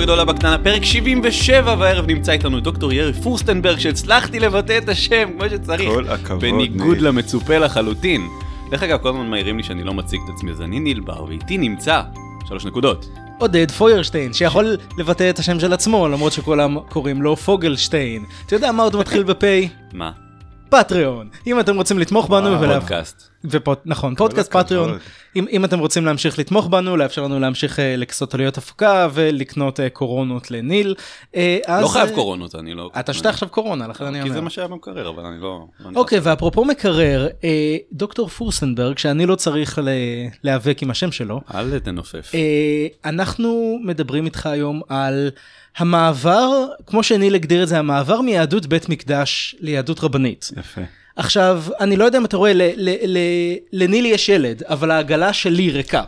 בגדולה בקטנה, פרק 77, והערב נמצא איתנו דוקטור ירי פורסטנברג, שהצלחתי לבטא את השם כמו שצריך. כל הכבוד. בניגוד למצופה לחלוטין. דרך אגב, כל הזמן מעירים לי שאני לא מציג את עצמי, אז אני ניל בר, ואיתי נמצא 3 נקודות. עודד פוירשטיין, שיכול לבטא את השם של עצמו, למרות שכולם קוראים לו פוגלשטיין. אתה יודע מה עוד מתחיל בפי? מה? פטריון. אם אתם רוצים לתמוך בנו פודקאסט. נכון, פודקאסט פטריון. אם אתם רוצים להמשיך לתמוך בנו, לאפשר לנו להמשיך לקסות עלויות הפקה ולקנות קורונות לניל. לא חייב קורונות, אני לא... אתה שותה עכשיו קורונה, לכן אני אומר. כי זה מה שהיה במקרר, אבל אני לא... אוקיי, ואפרופו מקרר, דוקטור פורסנברג, שאני לא צריך להיאבק עם השם שלו. אל תנופף. אנחנו מדברים איתך היום על המעבר, כמו שניל הגדיר את זה, המעבר מיהדות בית מקדש ליהדות רבנית. יפה. עכשיו, אני לא יודע אם אתה רואה, לניל יש ילד, אבל העגלה שלי ריקה.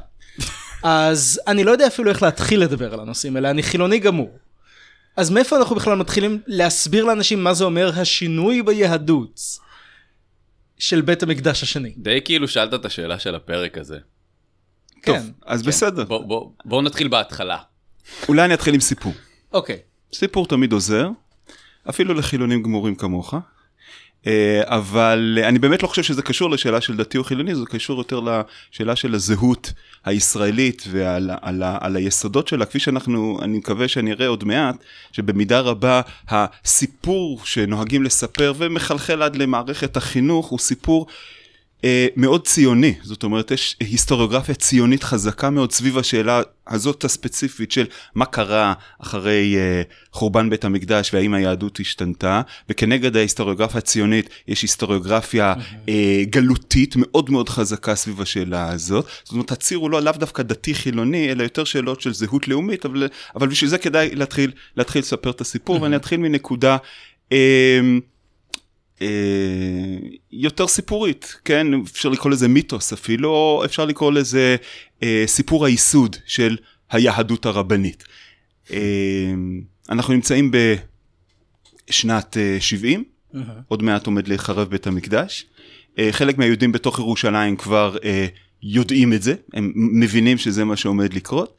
אז אני לא יודע אפילו איך להתחיל לדבר על הנושאים האלה, אני חילוני גמור. אז מאיפה אנחנו בכלל מתחילים להסביר לאנשים מה זה אומר השינוי ביהדות של בית המקדש השני? די כאילו שאלת את השאלה של הפרק הזה. כן. טוב, אז בסדר. בואו נתחיל בהתחלה. אולי אני אתחיל עם סיפור. אוקיי. סיפור תמיד עוזר, אפילו לחילונים גמורים כמוך. אבל אני באמת לא חושב שזה קשור לשאלה של דתי או חילוני, זה קשור יותר לשאלה של הזהות הישראלית ועל היסודות שלה, כפי אני מקווה שאני אראה עוד מעט, שבמידה רבה הסיפור שנוהגים לספר ומחלחל עד למערכת החינוך, הוא סיפור מאוד ציוני, זאת אומרת יש היסטוריוגרפיה ציונית חזקה מאוד סביב השאלה הזאת הספציפית של מה קרה אחרי חורבן בית המקדש והאם היהדות השתנתה, וכנגד ההיסטוריוגרפיה הציונית יש היסטוריוגרפיה גלותית מאוד מאוד חזקה סביב השאלה הזאת, זאת אומרת הציר הוא לא לאו דווקא דתי חילוני אלא יותר שאלות של זהות לאומית, אבל בשביל זה כדאי להתחיל לספר את הסיפור, ואני אתחיל מנקודה יותר סיפורית, כן? אפשר לקרוא לזה מיתוס אפילו, אפשר לקרוא לזה סיפור הייסוד של היהדות הרבנית. אנחנו נמצאים בשנת 70, עוד מעט עומד להיחרב בית המקדש. חלק מהיהודים בתוך ירושלים כבר יודעים את זה, הם מבינים שזה מה שעומד לקרות,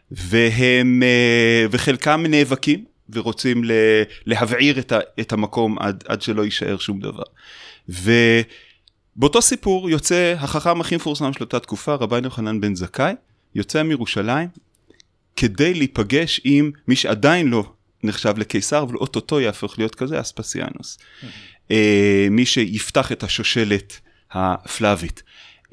וחלקם נאבקים, ורוצים להבעיר את המקום עד שלא יישאר שום דבר. ובאותו סיפור יוצא החכם הכי מפורסם של אותה תקופה, רבי יוחנן בן זכאי, יוצא מירושלים, כדי להיפגש עם מי שעדיין לא נחשב לקיסר, אבל אוטוטו יהפוך להיות כזה, אספסיאנוס. מי שיפתח את השושלת הפלאבית.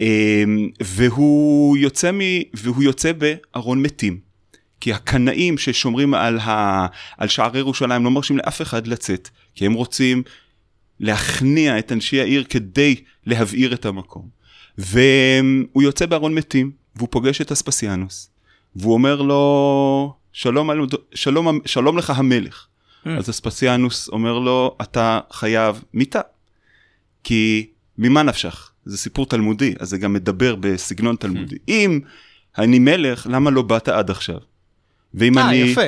והוא יוצא בארון מתים. כי הקנאים ששומרים על שערי ירושלים לא מרשים לאף אחד לצאת, כי הם רוצים להכניע את אנשי העיר כדי להבעיר את המקום. והוא יוצא בארון מתים, והוא פוגש את אספסיאנוס, והוא אומר לו, שלום לך המלך. אז אספסיאנוס אומר לו, אתה חייב מיתה, כי ממה נפשך? זה סיפור תלמודי, אז זה גם מדבר בסגנון תלמודי. אם אני מלך, למה לא באת עד עכשיו? ואם אני... יפה.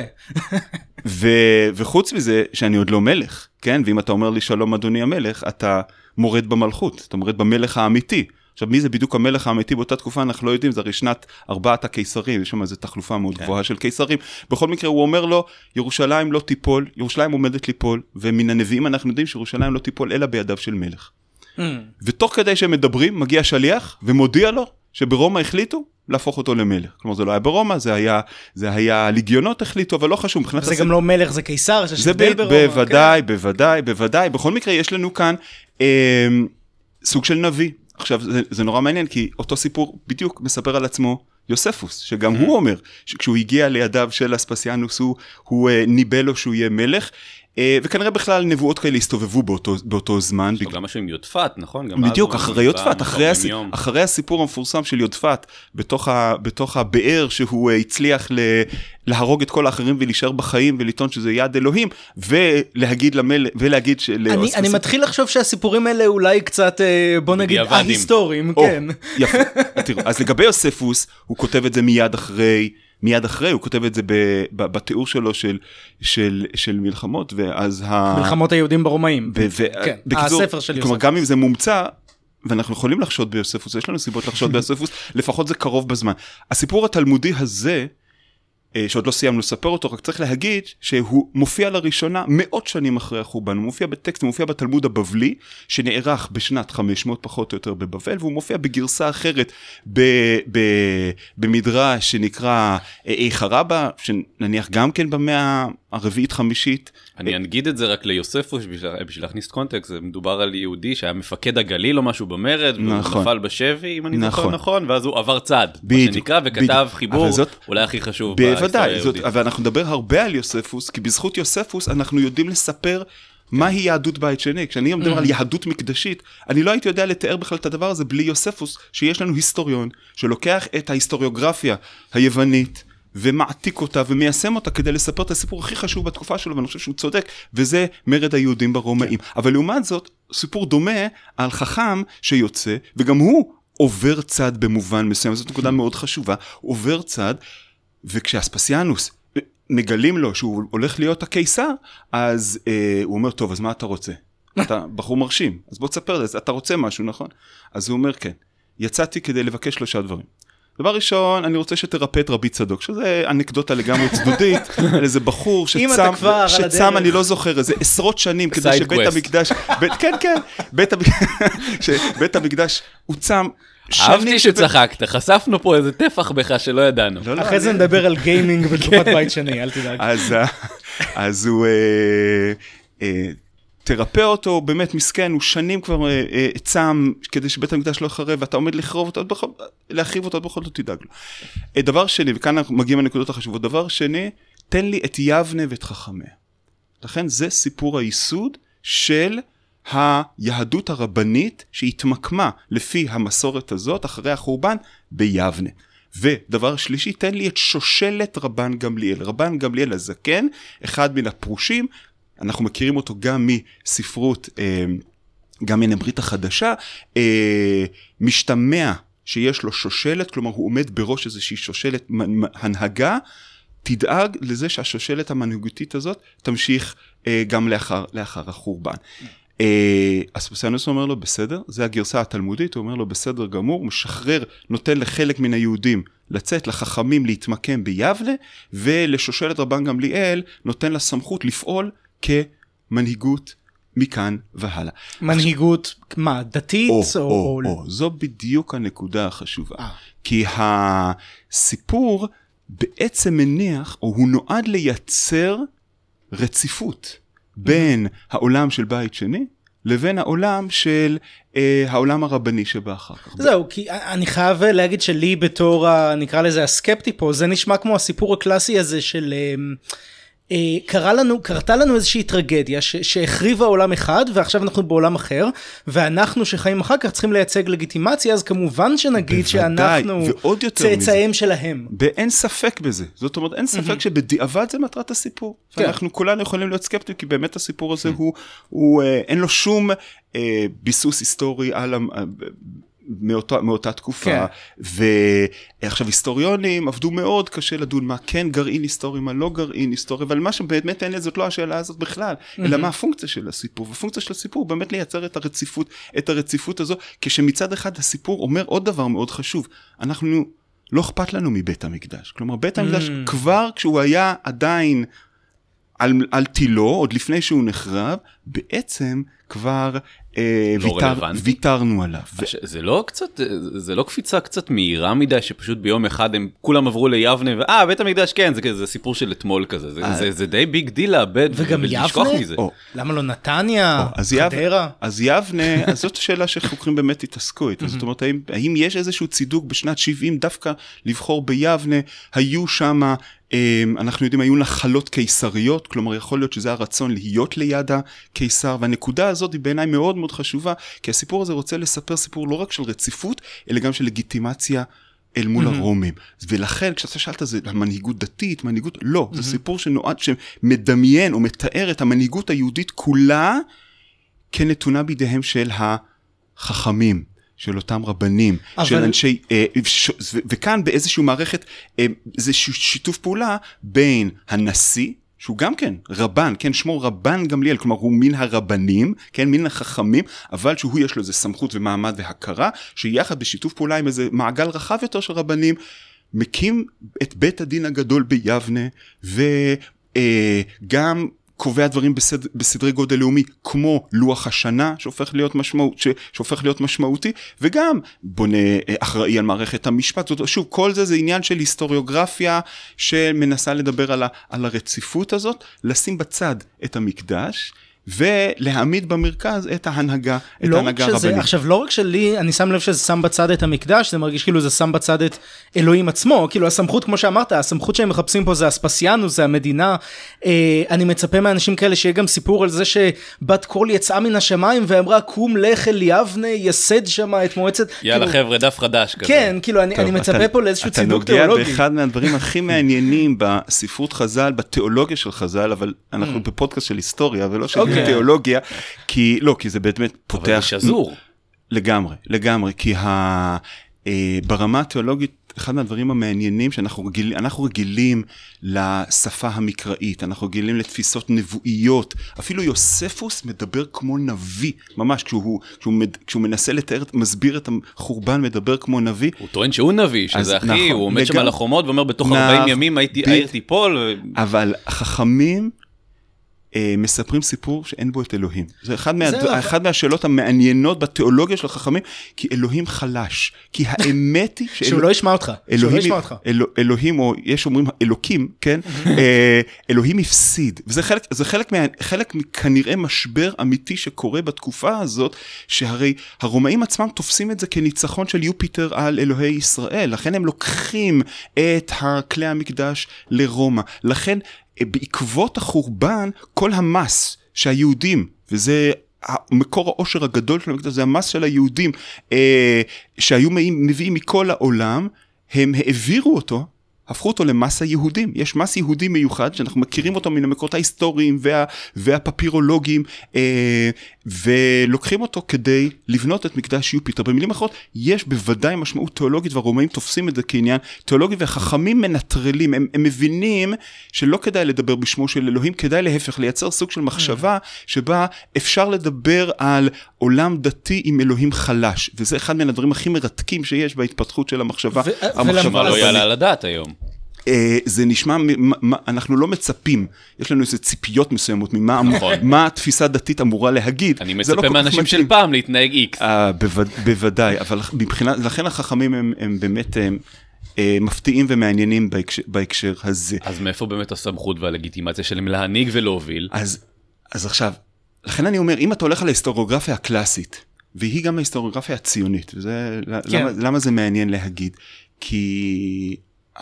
וחוץ מזה, שאני עוד לא מלך, כן? ואם אתה אומר לי שלום אדוני המלך, אתה מורד במלכות, אתה מורד במלך האמיתי. עכשיו, מי זה בדיוק המלך האמיתי באותה תקופה? אנחנו לא יודעים, זה הרי שנת 4 הקיסרים, יש שם איזו תחלופה מאוד גבוהה של קיסרים. בכל מקרה, הוא אומר לו, ירושלים לא תיפול, ירושלים עומדת ליפול, ומן הנביאים אנחנו יודעים שירושלים לא תיפול, אלא בידיו של מלך. ותוך כדי שהם מדברים, מגיע שליח, ומודיע לו שברומא החליטו להפוך אותו למלך. כלומר, זה לא היה ברומא, זה היה ליגיונות החליטו, אבל לא חשוב. זה גם לא מלך, זה קיסר, זה בוודאי. בכל מקרה, יש לנו כאן סוג של נביא. עכשיו, זה נורא מעניין, כי אותו סיפור בדיוק מספר על עצמו יוספוס, שגם הוא אומר, שכשהוא הגיע לידיו של אספסיאנוס, הוא ניבא לו שהוא יהיה מלך, וכנראה בכלל נבואות כאלה הסתובבו באותו זמן. יש לו גם משהו עם יודפת, נכון? בדיוק, אחרי יודפת, אחרי הסיפור המפורסם של יודפת, בתוך הבאר שהוא הצליח להרוג את כל האחרים ולהישאר בחיים ולטעון שזה יד אלוהים, ולהגיד אני מתחיל לחשוב שהסיפורים האלה אולי קצת, בוא נגיד, ההיסטוריים, כן. יפה, אז לגבי יוספוס, הוא כותב את זה מיד אחרי, הוא כותב את זה בתיאור שלו של מלחמות, ואז מלחמות היהודים ברומאים. כן, הספר של יוספוס. כלומר, גם אם זה מומצא, ואנחנו יכולים לחשוד ביוספוס, יש לנו סיבות לחשוד ביוספוס, לפחות זה קרוב בזמן. הסיפור התלמודי הזה, שעוד לא סיימנו לספר אותו, רק צריך להגיד שהוא מופיע לראשונה מאות שנים אחרי החורבן, הוא מופיע בטקסט, הוא מופיע בתלמוד הבבלי, שנערך בשנת 500 פחות או יותר בבבל, והוא מופיע בגרסה אחרת במדרש שנקרא איכה רבא, שנניח גם כן במאה הרביעית חמישית. אני אנגיד את זה רק ליוספוס, בשביל להכניס קונטקסט, זה מדובר על יהודי שהיה מפקד הגליל או משהו במרד, והוא נפל בשבי, אם אני זוכר נכון, ואז הוא עבר צד, מה שנקרא, וכתב חיבור, אולי הכי חשוב בהיסטוריה היהודית. אבל אנחנו נדבר הרבה על יוספוס, כי בזכות יוספוס אנחנו יודעים לספר מהי יהדות בית שני. כשאני מדבר על יהדות מקדשית, אני לא הייתי יודע לתאר בכלל את הדבר הזה בלי יוספוס, שיש לנו היסטוריון שלוקח את ההיסטוריוגרפיה היוונית, ומעתיק אותה ומיישם אותה כדי לספר את הסיפור הכי חשוב בתקופה שלו, ואני חושב שהוא צודק, וזה מרד היהודים ברומאים. אבל לעומת זאת, סיפור דומה על חכם שיוצא, וגם הוא עובר צד במובן מסוים, זאת נקודה מאוד חשובה, עובר צד, וכשאספסיאנוס מגלים לו שהוא הולך להיות הקיסר, אז הוא אומר, טוב, אז מה אתה רוצה? אתה בחור מרשים, אז בוא תספר, אתה רוצה משהו, נכון? אז הוא אומר, כן, יצאתי כדי לבקש 3 דברים. דבר ראשון, אני רוצה שתרפא את רבי צדוק, שזה אנקדוטה לגמרי צדודית, על איזה בחור שצם, אני לא זוכר, איזה עשרות שנים, כדי שבית המקדש, כן, שבית המקדש הוא צם שנים. אהבתי שצחקת, חשפנו פה איזה טפח בך שלא ידענו. אחרי זה נדבר על גיימינג בתקופת בית שני, אל תדאג. אז הוא תרפא אותו, באמת מסכן, הוא שנים כבר צם, כדי שבית המקדש לא יחרב, ואתה עומד להחריב אותו, בכל זאת תדאג לו. דבר שני, וכאן אנחנו מגיעים לנקודות החשובות, דבר שני, תן לי את יבנה ואת חכמיה. לכן זה סיפור היסוד של היהדות הרבנית, שהתמקמה לפי המסורת הזאת, אחרי החורבן, ביבנה. ודבר שלישי, תן לי את שושלת רבן גמליאל. רבן גמליאל הזקן, אחד מן הפרושים, אנחנו מכירים אותו גם מספרות, גם מן הברית החדשה, משתמע שיש לו שושלת, כלומר הוא עומד בראש איזושהי שושלת הנהגה, תדאג לזה שהשושלת המנהיגותית הזאת תמשיך גם לאחר החורבן. אספסיאנוס אומר לו, בסדר, זה הגרסה התלמודית, הוא אומר לו, בסדר גמור, הוא משחרר, נותן לחלק מן היהודים לצאת, לחכמים להתמקם ביבנה, ולשושלת רבן גמליאל נותן לה סמכות לפעול כמנהיגות מכאן והלאה. מנהיגות, מה, דתית? זו בדיוק הנקודה החשובה. כי הסיפור בעצם מניח, או הוא נועד לייצר רציפות בין העולם של בית שני, לבין העולם של העולם הרבני שבא אחר כך. זהו, כי אני חייב להגיד שלי בתור, נקרא לזה הסקפטי פה, זה נשמע כמו הסיפור הקלאסי הזה של קרתה לנו איזושהי טרגדיה שהחריבה עולם אחד ועכשיו אנחנו בעולם אחר, ואנחנו שחיים אחר כך צריכים לייצג לגיטימציה, אז כמובן שנגיד שאנחנו צאצאים שלהם. ואין ספק בזה, זאת אומרת אין ספק שבדיעבד זה מטרת הסיפור. אנחנו כולנו יכולים להיות סקפטיים, כי באמת הסיפור הזה אין לו שום ביסוס היסטורי על מאותה תקופה, ועכשיו היסטוריונים עבדו מאוד קשה לדון מה כן גרעין היסטורי, מה לא גרעין היסטורי, אבל מה שבאמת אין זאת לא השאלה הזאת בכלל, אלא מה הפונקציה של הסיפור, והפונקציה של הסיפור באמת לייצר את הרציפות הזו, כשמצד אחד הסיפור אומר עוד דבר מאוד חשוב, אנחנו לא אכפת לנו מבית המקדש, כלומר בית המקדש כבר כשהוא היה עדיין על תילו, עוד לפני שהוא נחרב, בעצם כבר ויתרנו עליו. זה לא קפיצה קצת מהירה מדי, שפשוט ביום אחד הם כולם עברו ליבנה, בית המקדש כן, זה סיפור של אתמול כזה, זה די ביג דיל לאבד, וגם יבנה? למה לא נתניה? חדרה? אז יבנה, אז זאת השאלה שחוקרים באמת התעסקו איתה, זאת אומרת, האם יש איזשהו צידוק בשנת 70 דווקא לבחור ביבנה, היו שמה, אנחנו יודעים, היו נחלות קיסריות, כלומר יכול להיות שזה הרצון להיות ליד הקיסר, והנקודה הזאת היא בעיניי מאוד מאוד חשובה, כי הסיפור הזה רוצה לספר סיפור לא רק של רציפות, אלא גם של לגיטימציה אל מול הרומים. ולכן כשאתה שאלת זה מנהיגות דתית, מנהיגות, לא, זה סיפור שנועד שמדמיין או מתאר את המנהיגות היהודית כולה, כנתונה בידיהם של החכמים. של אותם רבנים, של אנשי, וכאן באיזשהו מערכת, איזשהו שיתוף פעולה בין הנשיא, שהוא גם כן רבן, כן, שמו רבן גמליאל, כלומר הוא מן הרבנים, כן, מן החכמים, אבל שהוא יש לו איזה סמכות ומעמד והכרה, שיחד בשיתוף פעולה עם איזה מעגל רחב יותר של רבנים, מקים את בית הדין הגדול ביבנה, וגם קובע דברים בסדרי גודל לאומי, כמו לוח השנה, שהופך להיות משמעותי, וגם בונה אחראי על מערכת המשפט. זאת, שוב, כל זה עניין של היסטוריוגרפיה, שמנסה לדבר על הרציפות הזאת, לשים בצד את המקדש, ולהעמיד במרכז את ההנהגה, את ההנהגה הרבנית. עכשיו, לא רק שלי, אני שם לב שזה שם בצד את המקדש, זה מרגיש כאילו זה שם בצד את אלוהים עצמו, כאילו הסמכות, כמו שאמרת, הסמכות שהם מחפשים פה זה אספסיאנוס, זה המדינה. אני מצפה מאנשים כאלה שיהיה גם סיפור על זה שבת קול יצאה מן השמיים, ואמרה, קום לך אל יבנה, יסד שמה את מועצת. יאללה חבר'ה, דף חדש כזה. כן, כאילו אני מצפה פה לאיזשהו צידוק תיאולוגי. אתה נוגע באחד מהדברים הכי מעניינים בספרות חז"ל, בתיאולוגיה של חז"ל, אבל אנחנו בפודקאסט של היסטוריה, ולא של תיאולוגיה, כי זה באמת פותח... אבל זה שזור. לגמרי, כי ברמה התיאולוגית, אחד מהדברים המעניינים שאנחנו רגילים לשפה המקראית, אנחנו רגילים לתפיסות נבואיות, אפילו יוספוס מדבר כמו נביא, ממש, כשהוא מנסה לתאר, מסביר את החורבן, מדבר כמו נביא. הוא טוען שהוא נביא, שזה אחי, הוא עומד שם על החומות, ואומר בתוך 40 ימים העיר תיפול. אבל החכמים מספרים סיפור שאין בו את אלוהים. זה אחד מהשאלות המעניינות בתיאולוגיה של החכמים, כי אלוהים חלש. כי האמת היא... שהוא לא ישמע אותך. אלוהים, או יש אומרים אלוקים, כן? אלוהים הפסיד. וזה חלק מכנראה משבר אמיתי שקורה בתקופה הזאת, שהרי הרומאים עצמם תופסים את זה כניצחון של יופיטר על אלוהי ישראל. לכן הם לוקחים את כלי המקדש לרומא. לכן בעקבות החורבן, כל המס שהיהודים, וזה מקור העושר הגדול של המקדש, זה המס של היהודים, שהיו מביאים מכל העולם, הם העבירו אותו, הפכו אותו למס היהודים. יש מס יהודי מיוחד, שאנחנו מכירים אותו מן המקורות ההיסטוריים והפפירולוגיים, ולוקחים אותו כדי לבנות את מקדש יופיטר. במילים אחרות, יש בוודאי משמעות תיאולוגית, והרומאים תופסים את זה כעניין תיאולוגי, והחכמים מנטרלים, הם מבינים שלא כדאי לדבר בשמו של אלוהים, כדאי להפך, לייצר סוג של מחשבה, שבה אפשר לדבר על עולם דתי עם אלוהים חלש, וזה אחד מן הדברים הכי מרתקים שיש בהתפתחות של המחשבה. המחשבה לא יעלה על הדעת היום. זה נשמע, אנחנו לא מצפים, יש לנו איזה ציפיות מסוימות, מה התפיסה דתית אמורה להגיד. אני מצפה מאנשים של פעם להתנהג איקס. בוודאי, אבל לכן החכמים הם באמת מפתיעים ומעניינים בהקשר הזה. אז מאיפה באמת הסמכות והלגיטימציה שלהם להנהיג ולהוביל? אז עכשיו, לכן אני אומר, אם אתה הולך על ההיסטוריוגרפיה הקלאסית, והיא גם ההיסטוריוגרפיה הציונית, למה זה מעניין להגיד? כי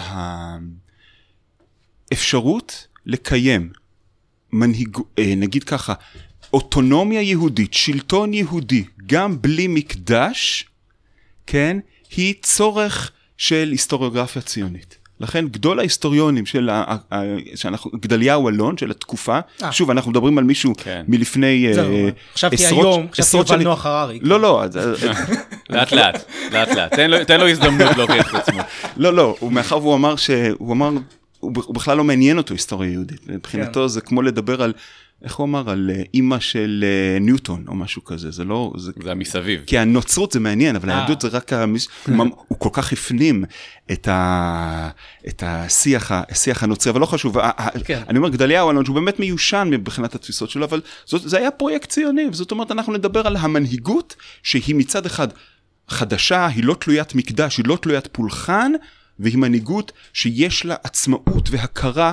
האפשרות לקיים נגיד ככה, אוטונומיה יהודית, שלטון יהודי, גם בלי מקדש, כן, היא צורך של היסטוריוגרפיה ציונית. לכן גדול ההיסטוריונים של גדליהו אלון, של התקופה, שוב, אנחנו מדברים על מישהו מלפני חשבתי היום, חשבתי על נוח הררי. לא. לאט לאט. תן לו הזדמנות להוכיח את עצמו. לא, מאחר והוא אמר הוא בכלל לא מעניין אותו היסטוריה יהודית. מבחינתו זה כמו לדבר על, איך הוא אמר, על אימא של ניוטון או משהו כזה. זה לא... זה המסביב. כי הנוצרות זה מעניין, אבל היהדות זה רק... הוא כל כך הפנים את השיח הנוצרי, אבל לא חשוב. אני אומר, גדליהו אלון, שהוא באמת מיושן מבחינת התפיסות שלו, אבל זה היה פרויקט ציוני, וזאת אומרת, אנחנו נדבר על המנהיגות, שהיא מצד אחד חדשה, היא לא תלוית מקדש, היא לא תלוית פולחן, והיא מנהיגות שיש לה עצמאות והכרה,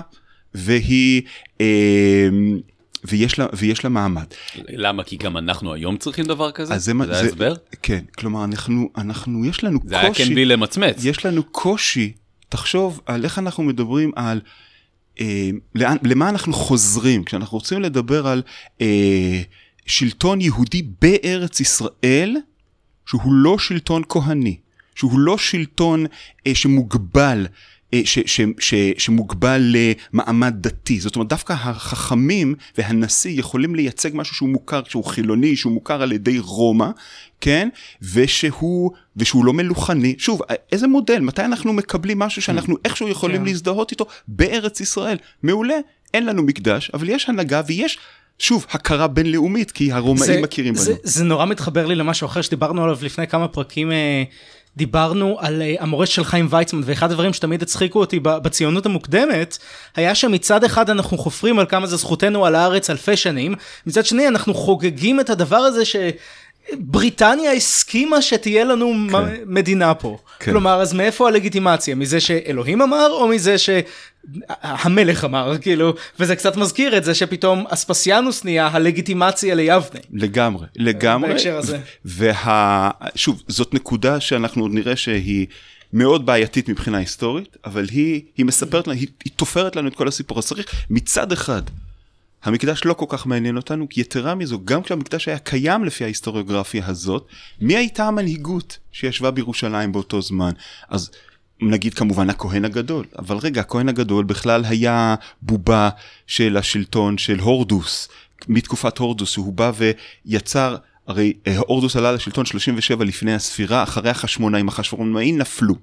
ויש לה מעמד. למה? כי גם אנחנו היום צריכים דבר כזה? זה ההסבר? כן, כלומר, יש לנו קושי. זה היה כן בי למצמץ. יש לנו קושי, תחשוב על איך אנחנו מדברים על, למה אנחנו חוזרים, כשאנחנו רוצים לדבר על שלטון יהודי בארץ ישראל, שהוא לא שלטון כהני, שהוא לא שלטון שמוגבל, שמוגבל למעמד דתי. זאת אומרת, דווקא החכמים והנשיא יכולים לייצג משהו שהוא מוכר, שהוא חילוני, שהוא מוכר על ידי רומא, כן? ושהוא לא מלוכני. שוב, איזה מודל? מתי אנחנו מקבלים משהו שאנחנו איכשהו יכולים להזדהות איתו בארץ ישראל? מעולה, אין לנו מקדש, אבל יש הנהגה ויש... שוב, הכרה בינלאומית, כי הרומאים מכירים בנו. זה נורא מתחבר לי למשהו אחר שדיברנו עליו לפני כמה פרקים דיברנו על המורשת של חיים ויצמן, ואחד הדברים שתמיד הצחיקו אותי בציונות המוקדמת, היה שמצד אחד אנחנו חופרים על כמה זה זכותנו על הארץ אלפי שנים, מצד שני אנחנו חוגגים את הדבר הזה בריטניה הסכימה שתהיה לנו מדינה פה. כלומר, אז מאיפה הלגיטימציה? מזה שאלוהים אמר, או מזה שהמלך אמר, כאילו, וזה קצת מזכיר את זה שפתאום אספסיאנוס נהיה הלגיטימציה ליבנה. לגמרי, לגמרי. בהקשר הזה. שוב, זאת נקודה שאנחנו עוד נראה שהיא מאוד בעייתית מבחינה היסטורית, אבל היא מספרת לנו, היא תופרת לנו את כל הסיפור. אז צריך מצד אחד, המקדש לא כל כך מעניין אותנו, כי יתרה מזו, גם כשהמקדש היה קיים לפי ההיסטוריוגרפיה הזאת, מי הייתה המנהיגות שישבה בירושלים באותו זמן? אז נגיד כמובן הכהן הגדול, אבל רגע, הכהן הגדול בכלל היה בובה של השלטון של הורדוס, מתקופת הורדוס, הוא בא ויצר, הרי הורדוס עלה לשלטון 37 לפני הספירה, אחרי החשמונאים, החשמונאים נפלו.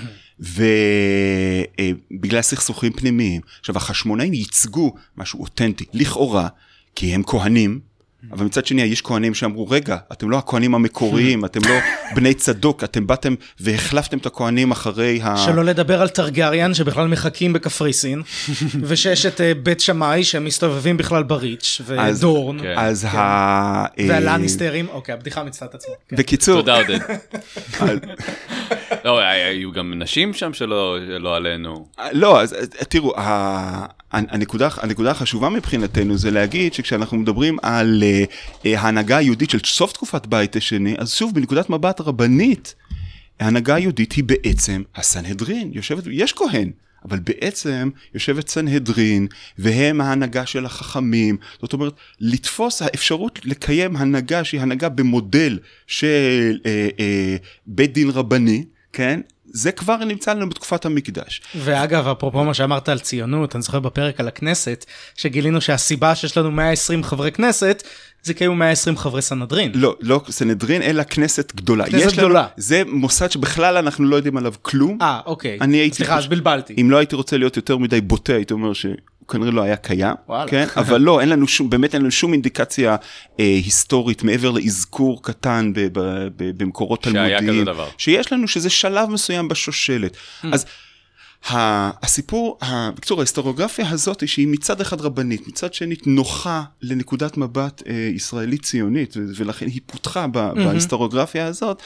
ובגלל סכסוכים פנימיים. עכשיו, החשמונאים ייצגו משהו אותנטי, לכאורה, כי הם כהנים, אבל מצד שני, יש כהנים שאמרו, רגע, אתם לא הכהנים המקוריים, אתם לא בני צדוק, אתם באתם והחלפתם את הכהנים אחרי שלא לדבר על טרגריאן, שבכלל מחכים בקפריסין, ושיש את בית שמאי, שהם מסתובבים בכלל בריץ', ודורן, והלניסטרים, אוקיי, הבדיחה מצטה את עצמו. בקיצור. תודה עודד. לא, היו גם נשים שם שלא עלינו. לא, אז תראו, הנקודה החשובה מבחינתנו זה להגיד שכשאנחנו מדברים על ההנהגה היהודית של סוף תקופת בית השני, אז שוב, בנקודת מבט רבנית, ההנהגה היהודית היא בעצם הסנהדרין, יש כהן, אבל בעצם יושבת סנהדרין, והם ההנהגה של החכמים, זאת אומרת, לתפוס האפשרות לקיים הנהגה שהיא הנהגה במודל של בית דין רבני, כן? זה כבר נמצא לנו בתקופת המקדש. ואגב, אפרופו מה שאמרת על ציונות, אני זוכר בפרק על הכנסת, שגילינו שהסיבה שיש לנו 120 חברי כנסת, זה כאילו 120 חברי סנהדרין. לא סנהדרין, אלא כנסת גדולה. כנסת גדולה. זה מוסד שבכלל אנחנו לא יודעים עליו כלום. אוקיי. סליחה, אז בלבלתי. אם לא הייתי רוצה להיות יותר מדי בוטה, הייתי אומר שהוא כנראה לא היה קיים. כן? אבל לא, באמת אין לנו שום אינדיקציה היסטורית, מעבר לאזכור קטן במקורות תלמודיים. שהיה כזה דבר. שיש לנו שזה שלב מסוים בשושלת. אז הסיפור, בקצור, ההיסטוריוגרפיה הזאת היא שהיא מצד אחד רבנית, מצד שנית נוחה לנקודת מבט ישראלית ציונית, ולכן היא פותחה בהיסטוריוגרפיה הזאת,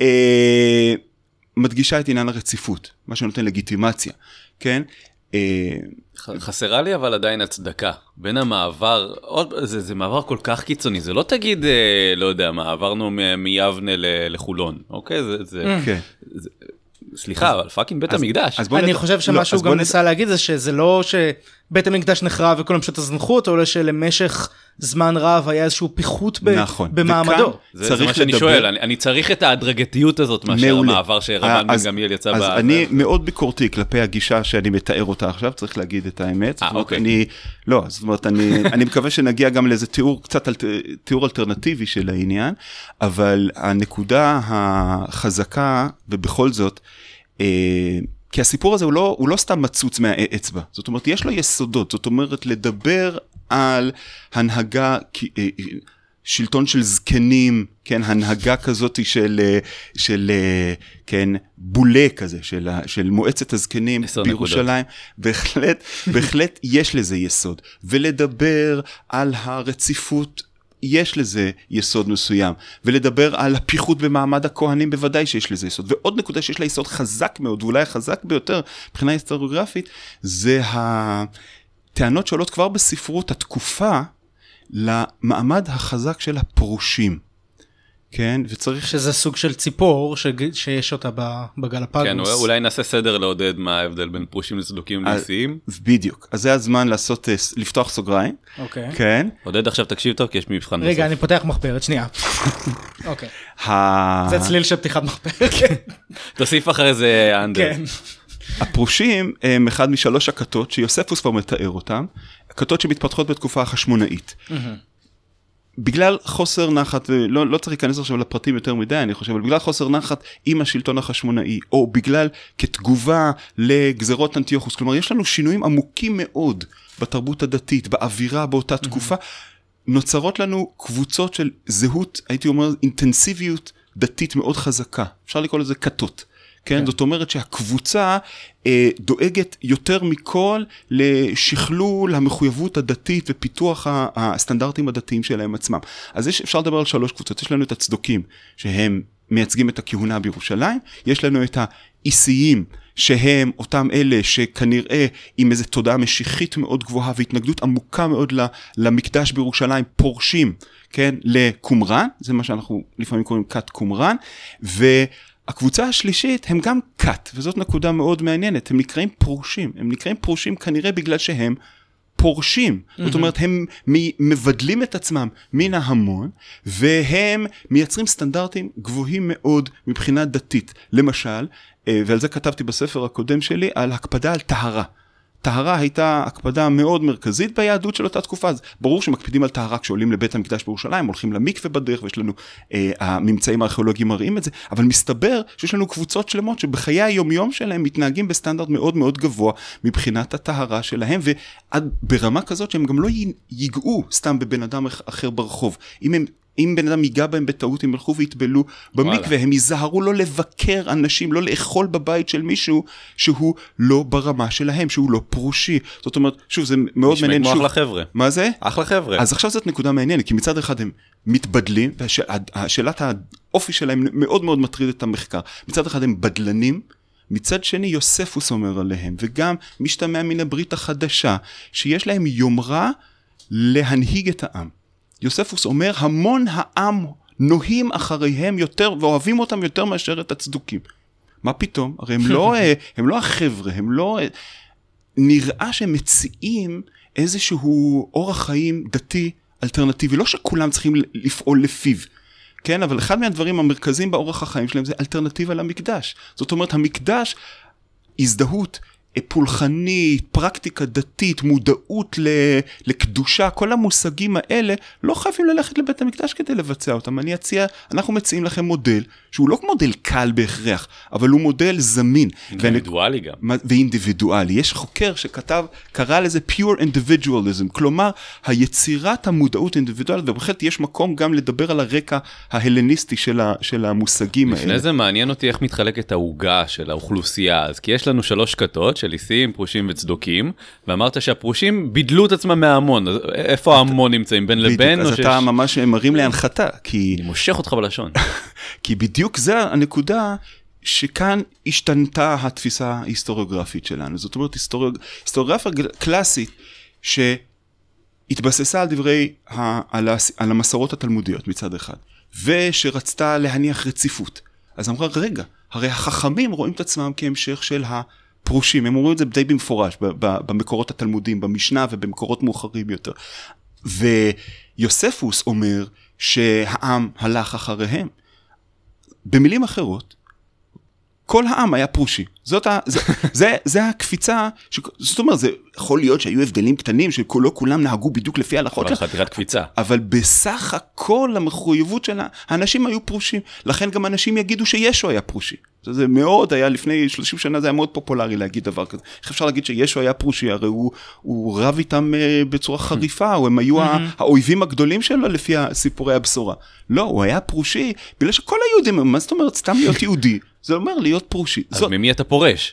מדגישה את עניין הרציפות, מה שנותן לגיטימציה, כן? חסרה לי אבל עדיין הצדקה, בין המעבר, זה מעבר כל כך קיצוני, זה לא תגיד, לא יודע מה, עברנו מיבנה לחולון, אוקיי? סליחה, אבל פאקינג בית המקדש. אני חושב שמשהו גם ניסה להגיד זה שזה לא שבית המקדש נחרב וכולם פשוט הזנחו אותו, אלא שלמשך זמן רב היה איזשהו פיחות במעמדו. זה מה שאני שואל, אני צריך את ההדרגתיות הזאת מאשר המעבר שרבן בן גמליאל יצא. אז אני מאוד ביקורתי כלפי הגישה שאני מתאר אותה עכשיו, צריך להגיד את האמת. לא, זאת אומרת, אני מקווה שנגיע גם לאיזה תיאור אלטרנטיבי של העניין, אבל הנקודה החזקה, ובכל זאת, כי הסיפור הזה הוא לא סתם מצוץ מהאצבע, זאת אומרת, יש לו יסודות, זאת אומרת, לדבר על הנהגה, שלטון של זקנים, כן, הנהגה כזאת של כן, בולה כזה, של מועצת הזקנים בירושלים, בהחלט יש לזה יסוד, ולדבר על הרציפות, יש לזה יסוד מסוים, ולדבר על הפיחות במעמד הכהנים בוודאי שיש לזה יסוד, ועוד נקודה שיש לה יסוד חזק מאוד, ואולי החזק ביותר מבחינה היסטוריוגרפית, זה הטענות שעולות כבר בספרות התקופה, למעמד החזק של הפרושים, כן, וצריך... שזה סוג של ציפור שיש אותה בגלפגוס. כן, אולי נעשה סדר לעודד מה ההבדל בין פרושים לצדוקים נשיאים. בדיוק, אז זה הזמן לפתוח סוגריים. אוקיי. כן. עודד עכשיו תקשיב טוב, כי יש מבחן בסוף. רגע, אני פותח מחברת, שנייה. אוקיי. זה צליל של פתיחת מחברת. תוסיף אחרי זה אנדר. כן. הפרושים הם אחד משלוש הכתות שיוספוס כבר מתאר אותם, הכתות שמתפתחות בתקופה החשמונאית. בגלל חוסר נחת, לא צריך להיכנס עכשיו לפרטים יותר מדי, אני חושב, אבל בגלל חוסר נחת עם השלטון החשמונאי, או בגלל כתגובה לגזרות אנטיוכוס, כלומר, יש לנו שינויים עמוקים מאוד בתרבות הדתית, באווירה באותה תקופה, נוצרות לנו קבוצות של זהות, הייתי אומר, אינטנסיביות דתית מאוד חזקה, אפשר לקרוא לזה כתות. כן? זאת אומרת שהקבוצה דואגת יותר מכל לשכלול המחויבות הדתית ופיתוח הסטנדרטים הדתיים שלהם עצמם. אז אפשר לדבר על 3 קבוצות. יש לנו את הצדוקים שהם מייצגים את הכהונה בירושלים, יש לנו את האיסיים שהם אותם אלה שכנראה עם איזו תודעה משיחית מאוד גבוהה והתנגדות עמוקה מאוד למקדש בירושלים, פורשים, כן? לקומראן, זה מה שאנחנו לפעמים קוראים כת קומראן, הקבוצה השלישית הם גם כת, וזאת נקודה מאוד מעניינת, הם נקראים פורשים, הם נקראים פורשים כנראה בגלל שהם פורשים, זאת אומרת הם מבדלים את עצמם מן ההמון, והם מייצרים סטנדרטים גבוהים מאוד מבחינה דתית, למשל, ועל זה כתבתי בספר הקודם שלי, על הקפדה על טהרה. טהרה הייתה הקפדה מאוד מרכזית ביהדות של אותה תקופה, אז ברור שמקפידים על טהרה כשעולים לבית המקדש בירושלים, הולכים למקווה בדרך, ויש לנו הממצאים הארכיאולוגיים מראים את זה, אבל מסתבר שיש לנו קבוצות שלמות שבחיי היומיום שלהם מתנהגים בסטנדרט מאוד מאוד גבוה מבחינת הטהרה שלהם, ועד ברמה כזאת שהם גם לא ייגעו סתם בבן אדם אחר ברחוב. אם בן אדם ייגע בהם בטעות, הם ילכו ויתבלו במקווה, הם ייזהרו לא לבקר אנשים, לא לאכול בבית של מישהו שהוא לא ברמה שלהם, שהוא לא פרושי. זאת אומרת, שוב, זה מאוד מעניין. נשמע כמו אחלה חבר'ה. מה זה? אחלה חבר'ה. אז עכשיו זאת נקודה מעניינת, כי מצד אחד הם מתבדלים, והשאלת האופי שלהם מאוד מאוד מטריד את המחקר. מצד אחד הם בדלנים, מצד שני יוספוס אומר עליהם, וגם משתמע מן הברית החדשה, שיש להם יומרה להנהיג את העם. יוספוס אומר, המון העם נוהים אחריהם יותר, ואוהבים אותם יותר מאשר את הצדוקים. מה פתאום? הרי הם לא החבר'ה, הם לא... נראה שהם מציעים איזשהו אורח חיים דתי אלטרנטיבי, לא שכולם צריכים לפעול לפיו, כן? אבל אחד מהדברים המרכזיים באורח החיים שלהם זה אלטרנטיבה למקדש. זאת אומרת, המקדש, הזדהות, פולחנית, פרקטיקה דתית, מודעות לקדושה, כל המושגים האלה לא חייבים ללכת לבית המקדש כדי לבצע אותם. אנחנו מציעים לכם מודל, שהוא לא מודל קל בהכרח, אבל הוא מודל זמין. אינדיבידואלי גם. ואינדיבידואלי. יש חוקר קרא לזה pure individualism, כלומר, היצירת המודעות אינדיבידואלית, ובכלל יש מקום גם לדבר על הרקע ההלניסטי של המושגים האלה. לפני זה מעניין אותי איך מתחלקת העוגה של האוכלוסייה, אז כי יש לנו 3 כתות של איסיים, פרושים וצדוקים, ואמרת שהפרושים בידלו את עצמם מההמון, אז איפה ההמון נמצאים? בין לבין? אז אתה ממש מרים להנחתה, כי... אני מושך אותך בלשון. כי בדיוק זה הנקודה שכאן השתנתה התפיסה ההיסטוריוגרפית שלנו. זאת אומרת, היסטוריוגרפיה קלאסית שהתבססה על המסורות התלמודיות מצד אחד, ושרצתה להניח רציפות. אז אמרה, רגע, הרי החכמים רואים את עצמם כהמשך של הפרושים, הם אומרים את זה די במפורש, במקורות התלמודיים, במשנה ובמקורות מאוחרים יותר. ויוספוס אומר שהעם הלך אחריהם. במילים אחרות, כל העם היה פרושי. זה הקפיצה, זאת אומרת, זה יכול להיות שהיו הבדלים קטנים, שלא כולם נהגו בדיוק לפי ההלכות. אבל חתיכת קפיצה. אבל בסך הכל המחויבות של האנשים היו פרושים. לכן גם אנשים יגידו שישו היה פרושי. זה מאוד היה, לפני 30 שנה זה היה מאוד פופולרי להגיד דבר כזה. איך אפשר להגיד שישו היה פרושי? הרי הוא רב איתם בצורה חריפה, או הם היו האויבים הגדולים שלו לפי סיפורי הבשורה. לא, הוא היה פרושי, בגלל שכל היהודים, מה זאת אומרת, סתם להיות יהודי, זה אומר להיות פרושי. אז ממי אתה פורש?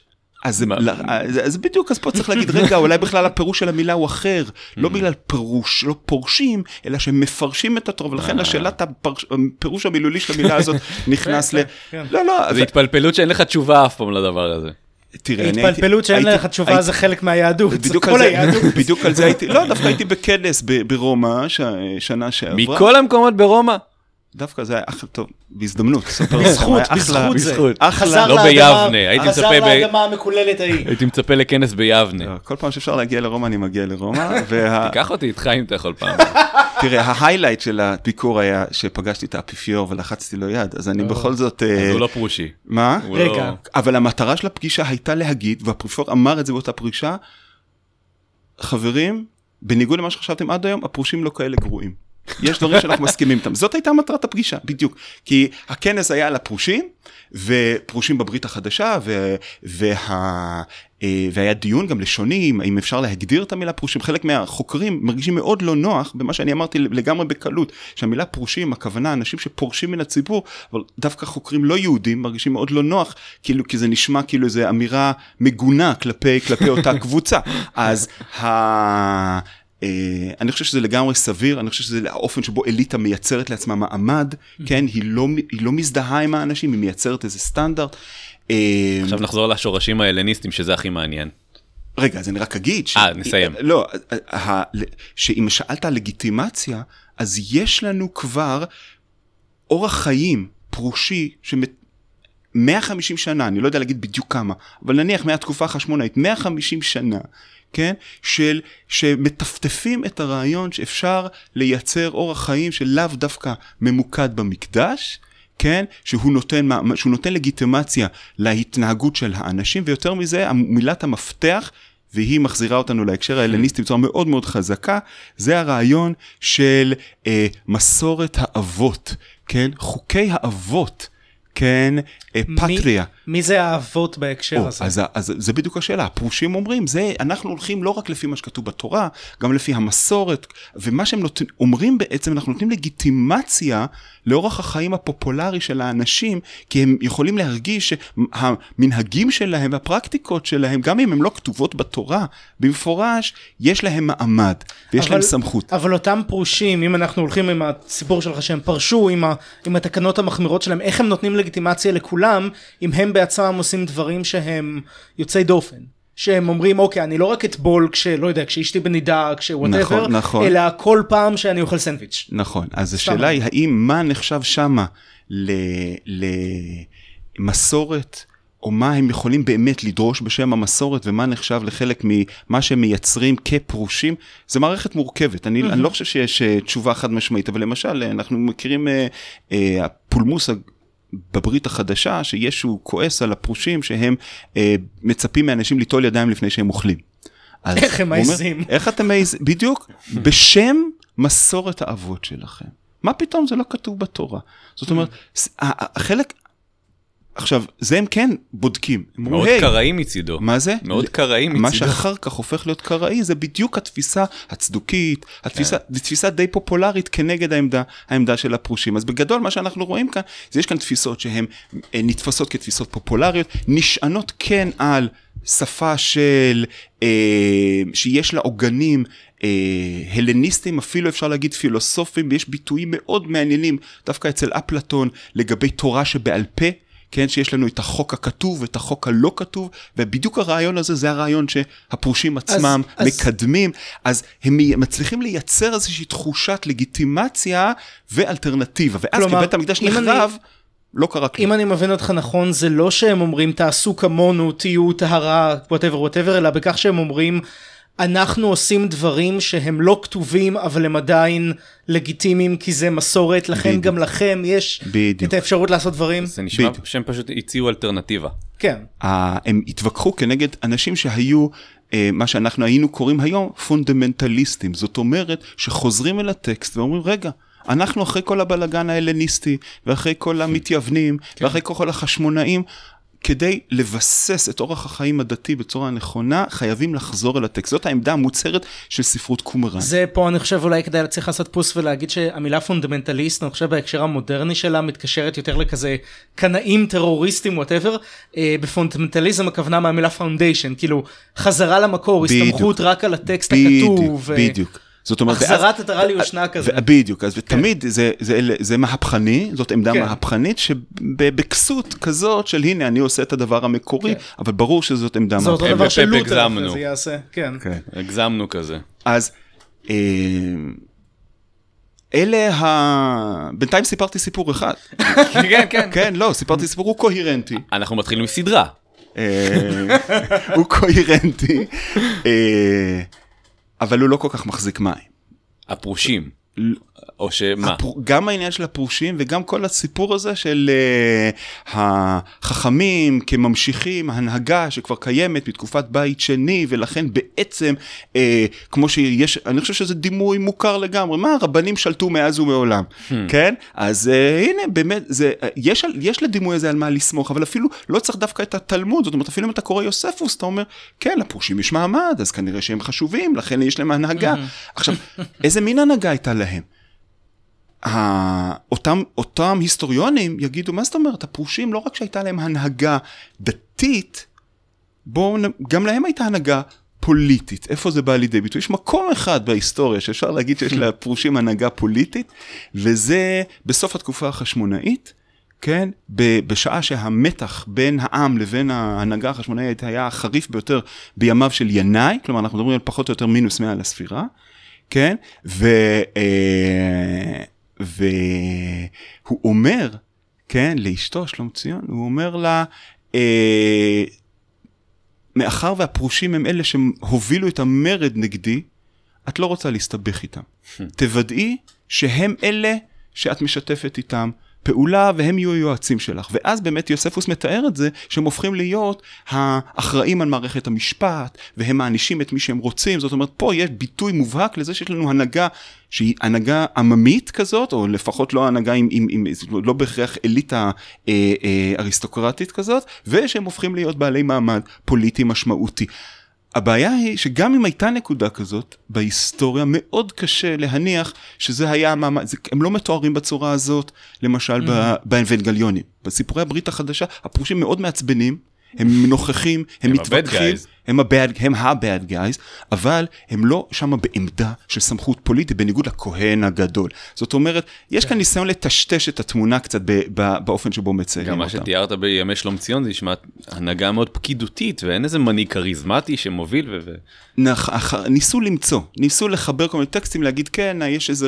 אז בדיוק, אז פה צריך להגיד, רגע, אולי בכלל הפירוש של המילה הוא אחר, לא בגלל פירוש, לא פורשים, אלא שהם מפרשים את התורה, ולכן השאלת הפירוש המילולי של המילה הזאת נכנס ל... לא. זה התפלפלות שאין לך תשובה אף פעם לדבר הזה. התפלפלות שאין לך תשובה זה חלק מהיהדות, זה כל היהדות. בדיוק על זה הייתי, לא, דווקא הייתי בכנס ברומא, שנה שעברה. מכל המקומות ברומא? דווקא זה היה אחלה, טוב, בהזדמנות. בזכות זה. לא ביבנה. חזר לאדמה המקוללת ההיא. הייתי מצפה לכנס ביבנה. כל פעם שאפשר להגיע לרומא, אני מגיע לרומא. תיקח אותי איתך אם אתה יכול פעם. תראה, ההיילייט של הביקור היה שפגשתי את האפיפיור ולחצתי לו יד, אז אני בכל זאת... אז הוא לא פרושי. מה? רגע. אבל המטרה של הפגישה הייתה להגיד, והאפיפיור אמר את זה באותה פגישה, חברים, בניגוד למה שחשבתם עד היום, הפרושים לא כאלה גרועים. יש דברים שאנחנו מסכימים איתם. זאת הייתה מטרת הפגישה, בדיוק. כי הכנס היה על הפרושים, ופרושים בברית החדשה, והיה דיון גם לשוני, אם אפשר להגדיר את המילה פרושים. חלק מהחוקרים מרגישים מאוד לא נוח, במה שאני אמרתי לגמרי בקלות, שהמילה פרושים, הכוונה, אנשים שפורשים מן הציבור, אבל דווקא חוקרים לא יהודים, מרגישים מאוד לא נוח, כאילו, כי זה נשמע כאילו איזו אמירה מגונה כלפי אותה קבוצה. אז אני חושב שזה לגמרי סביר, אני חושב שזה האופן שבו אליטה מייצרת לעצמה מעמד, כן, היא לא מזדהה עם האנשים, היא מייצרת איזה סטנדרט. עכשיו נחזור לשורשים ההלניסטים, שזה הכי מעניין. רגע, אז אני רק אגיד, נסיים. לא, שאם שאלת על לגיטימציה, אז יש לנו כבר אורח חיים פרושי, 150 שנה, אני לא יודע להגיד בדיוק כמה, אבל נניח מהתקופה החשמונאית, 150 שנה, כן? שמטפטפים את הרעיון שאפשר לייצר אורח חיים שלאו דווקא ממוקד במקדש, כן? שהוא נותן לגיטימציה להתנהגות של האנשים, ויותר מזה, מילת המפתח, והיא מחזירה אותנו להקשר ההלניסטי בצורה מאוד מאוד חזקה, זה הרעיון של מסורת האבות, כן? חוקי האבות, כן, פטריה. מי זה האבות בהקשר הזה? אז זה בדיוק השאלה. הפרושים אומרים, אנחנו הולכים לא רק לפי מה שכתוב בתורה, גם לפי המסורת, ומה שהם אומרים בעצם, אנחנו נותנים לגיטימציה לאורח החיים הפופולרי של האנשים, כי הם יכולים להרגיש שהמנהגים שלהם והפרקטיקות שלהם, גם אם הם לא כתובות בתורה, במפורש, יש להם מעמד, ויש להם סמכות. אבל אותם פרושים, אם אנחנו הולכים עם הסיפור שלך שהם פרשו, עם התקנות המחמירות שלהם, איך הם נותנים לגיטימציה לכולם, אם הם בעצמם עושים דברים שהם יוצאי דופן? שהם אומרים, אוקיי, אני לא רק אטבול לא יודע, כשאשתי בנידה, כשוואטאבר, נכון. אלא כל פעם שאני אוכל סנדוויץ'. נכון, אז השאלה היא, האם מה נחשב שמה למסורת, או מה הם יכולים באמת לדרוש בשם המסורת, ומה נחשב לחלק ממה שהם מייצרים כפרושים, זה מערכת מורכבת. אני לא חושב שיש תשובה חד משמעית, אבל למשל, אנחנו מכירים הפולמוס בברית החדשה, שישו כועס על הפרושים, שהם מצפים מאנשים ליטול ידיים לפני שהם אוכלים. איך הם מעיזים? איך אתם מעיזים? בדיוק, בשם מסורת האבות שלכם. מה פתאום זה לא כתוב בתורה? זאת אומרת, החלק... עכשיו, זה הם כן בודקים. מאוד קראי מצידו. מה זה? מאוד קראי מצידו. מה שאחר כך הופך להיות קראי, זה בדיוק התפיסה הצדוקית, התפיסה די פופולרית כנגד העמדה של הפרושים. אז בגדול, מה שאנחנו רואים כאן, זה יש כאן תפיסות שהן נתפסות כתפיסות פופולריות, נשענות כן על שפה שיש לה עוגנים הלניסטים, אפילו אפשר להגיד פילוסופים, ויש ביטויים מאוד מעניינים, דווקא אצל אפלטון, לגבי תורה שבעל פה, כן, שיש לנו את החוק הכתוב ואת החוק הלא כתוב, ובדיוק הרעיון הזה, זה הרעיון שהפרושים עצמם מקדמים, אז הם מצליחים לייצר איזושהי תחושת לגיטימציה ואלטרנטיבה, ואז כבית המקדש נחרב, לא קרה כלום. אם אני מבין אותך נכון, זה לא שהם אומרים, תעשו כמונו, תהיו טהרה, whatever, אלא בכך שהם אומרים, אנחנו עושים דברים שהם לא כתובים, אבל הם עדיין לגיטימיים, כי זה מסורת, לכן גם לכם יש את האפשרות לעשות דברים. זה נשמע שהם פשוט הציעו אלטרנטיבה. כן. הם התווכחו כנגד אנשים שהיו, מה שאנחנו היינו קוראים היום, פונדמנטליסטים. זאת אומרת, שחוזרים אל הטקסט ואומרים, רגע, אנחנו אחרי כל הבלגן ההלניסטי, ואחרי כל המתייוונים, ואחרי כל החשמונאים, כדי לבסס את אורח החיים הדתי בצורה הנכונה, חייבים לחזור אל הטקסט. זאת העמדה המוצהרת של ספרות קומראן. זה פה אני חושב אולי כדאי צריך לעשות פוס ולהגיד שהמילה פונדמנטליסט, אני חושב בהקשר המודרני שלה, מתקשרת יותר לכזה קנאים, טרוריסטים, whatever. בפונדמנטליזם הכוונה מהמילה פאונדיישן, כאילו חזרה למקור, הסתמכות רק על הטקסט הכתוב. בדיוק. זאת אומרת, החזרת עטרה ליושנה כזה. בדיוק, אז תמיד זה מהפכני, זאת עמדה מהפכנית, שבקסות כזאת של הנה, אני עושה את הדבר המקורי, אבל ברור שזאת עמדה מהפכנית. זה אותו דבר של לותר, זה יעשה, כן. הגזמנו כזה. אז בינתיים סיפרתי סיפור אחד. כן, כן. כן, לא, סיפרתי סיפור, הוא קוהרנטי. אנחנו מתחילים מסדרה. הוא קוהרנטי. אבל הוא לא כל כך מחזיק מים. הפרושים. או שמה? גם העניין של הפרושים וגם כל הסיפור הזה של החכמים כממשיכים, ההנהגה שכבר קיימת בתקופת בית שני, ולכן בעצם, כמו שיש, אני חושב שזה דימוי מוכר לגמרי, מה הרבנים שלטו מאז ומעולם, כן? אז הנה, באמת, יש לדימוי הזה על מה לסמוך, אבל אפילו לא צריך דווקא את התלמוד, זאת אומרת, אפילו אם אתה קורא יוספוס, אתה אומר, כן, לפרושים יש מעמד, אז כנראה שהם חשובים, לכן יש להם הנהגה. עכשיו, איזה מין הנהגה הייתה להם? אותם היסטוריונים יגידו, מה זאת אומרת, הפרושים לא רק שהייתה להם הנהגה דתית, גם להם הייתה הנהגה פוליטית. איפה זה בא לידי ביטוי? יש מקום אחד בהיסטוריה שאפשר להגיד שיש לפרושים הנהגה פוליטית, וזה בסוף התקופה החשמונאית, כן? בשעה שהמתח בין העם לבין ההנהגה החשמונאית היה חריף ביותר בימיו של ינאי, כלומר אנחנו מדברים על פחות או יותר מינוס 100 לספירה, כן? והוא אומר, כן, לאשתו שלום ציון, הוא אומר לה, מאחר והפרושים הם אלה שהובילו את המרד נגדי, את לא רוצה להסתבך איתם. תוודאי שהם אלה שאת משתפת איתם פעולה, והם יהיו יועצים שלך. ואז באמת יוספוס מתאר את זה, שהם הופכים להיות האחראים על מערכת המשפט, והם מענישים את מי שהם רוצים. זאת אומרת, פה יש ביטוי מובהק לזה שיש לנו הנהגה, שהיא הנהגה עממית כזאת, או לפחות לא הנהגה לא בהכרח אליטה אריסטוקרטית כזאת, ושהם הופכים להיות בעלי מעמד פוליטי משמעותי. הבעיה היא שגם אם הייתה נקודה כזאת בהיסטוריה, מאוד קשה להניח שזה היה המעמד, הם לא מתוארים בצורה הזאת, למשל באנבנגליונים. בסיפורי הברית החדשה, הפרושים מאוד מעצבנים, הם נוכחים, הם מתווכחים, הם ה-bad guys, אבל הם לא שם בעמדה של סמכות פוליטית, בניגוד לכהן הגדול. זאת אומרת, יש כאן ניסיון לטשטש את התמונה קצת באופן שבו מציירים אותם. גם מה שתיארת בימי שלום ציון, זה נשמע הנהגה מאוד פקידותית, ואין איזה מנהיג כריזמטי שמוביל ניסו למצוא, ניסו לחבר כל מיני טקסטים, להגיד, כן, יש איזה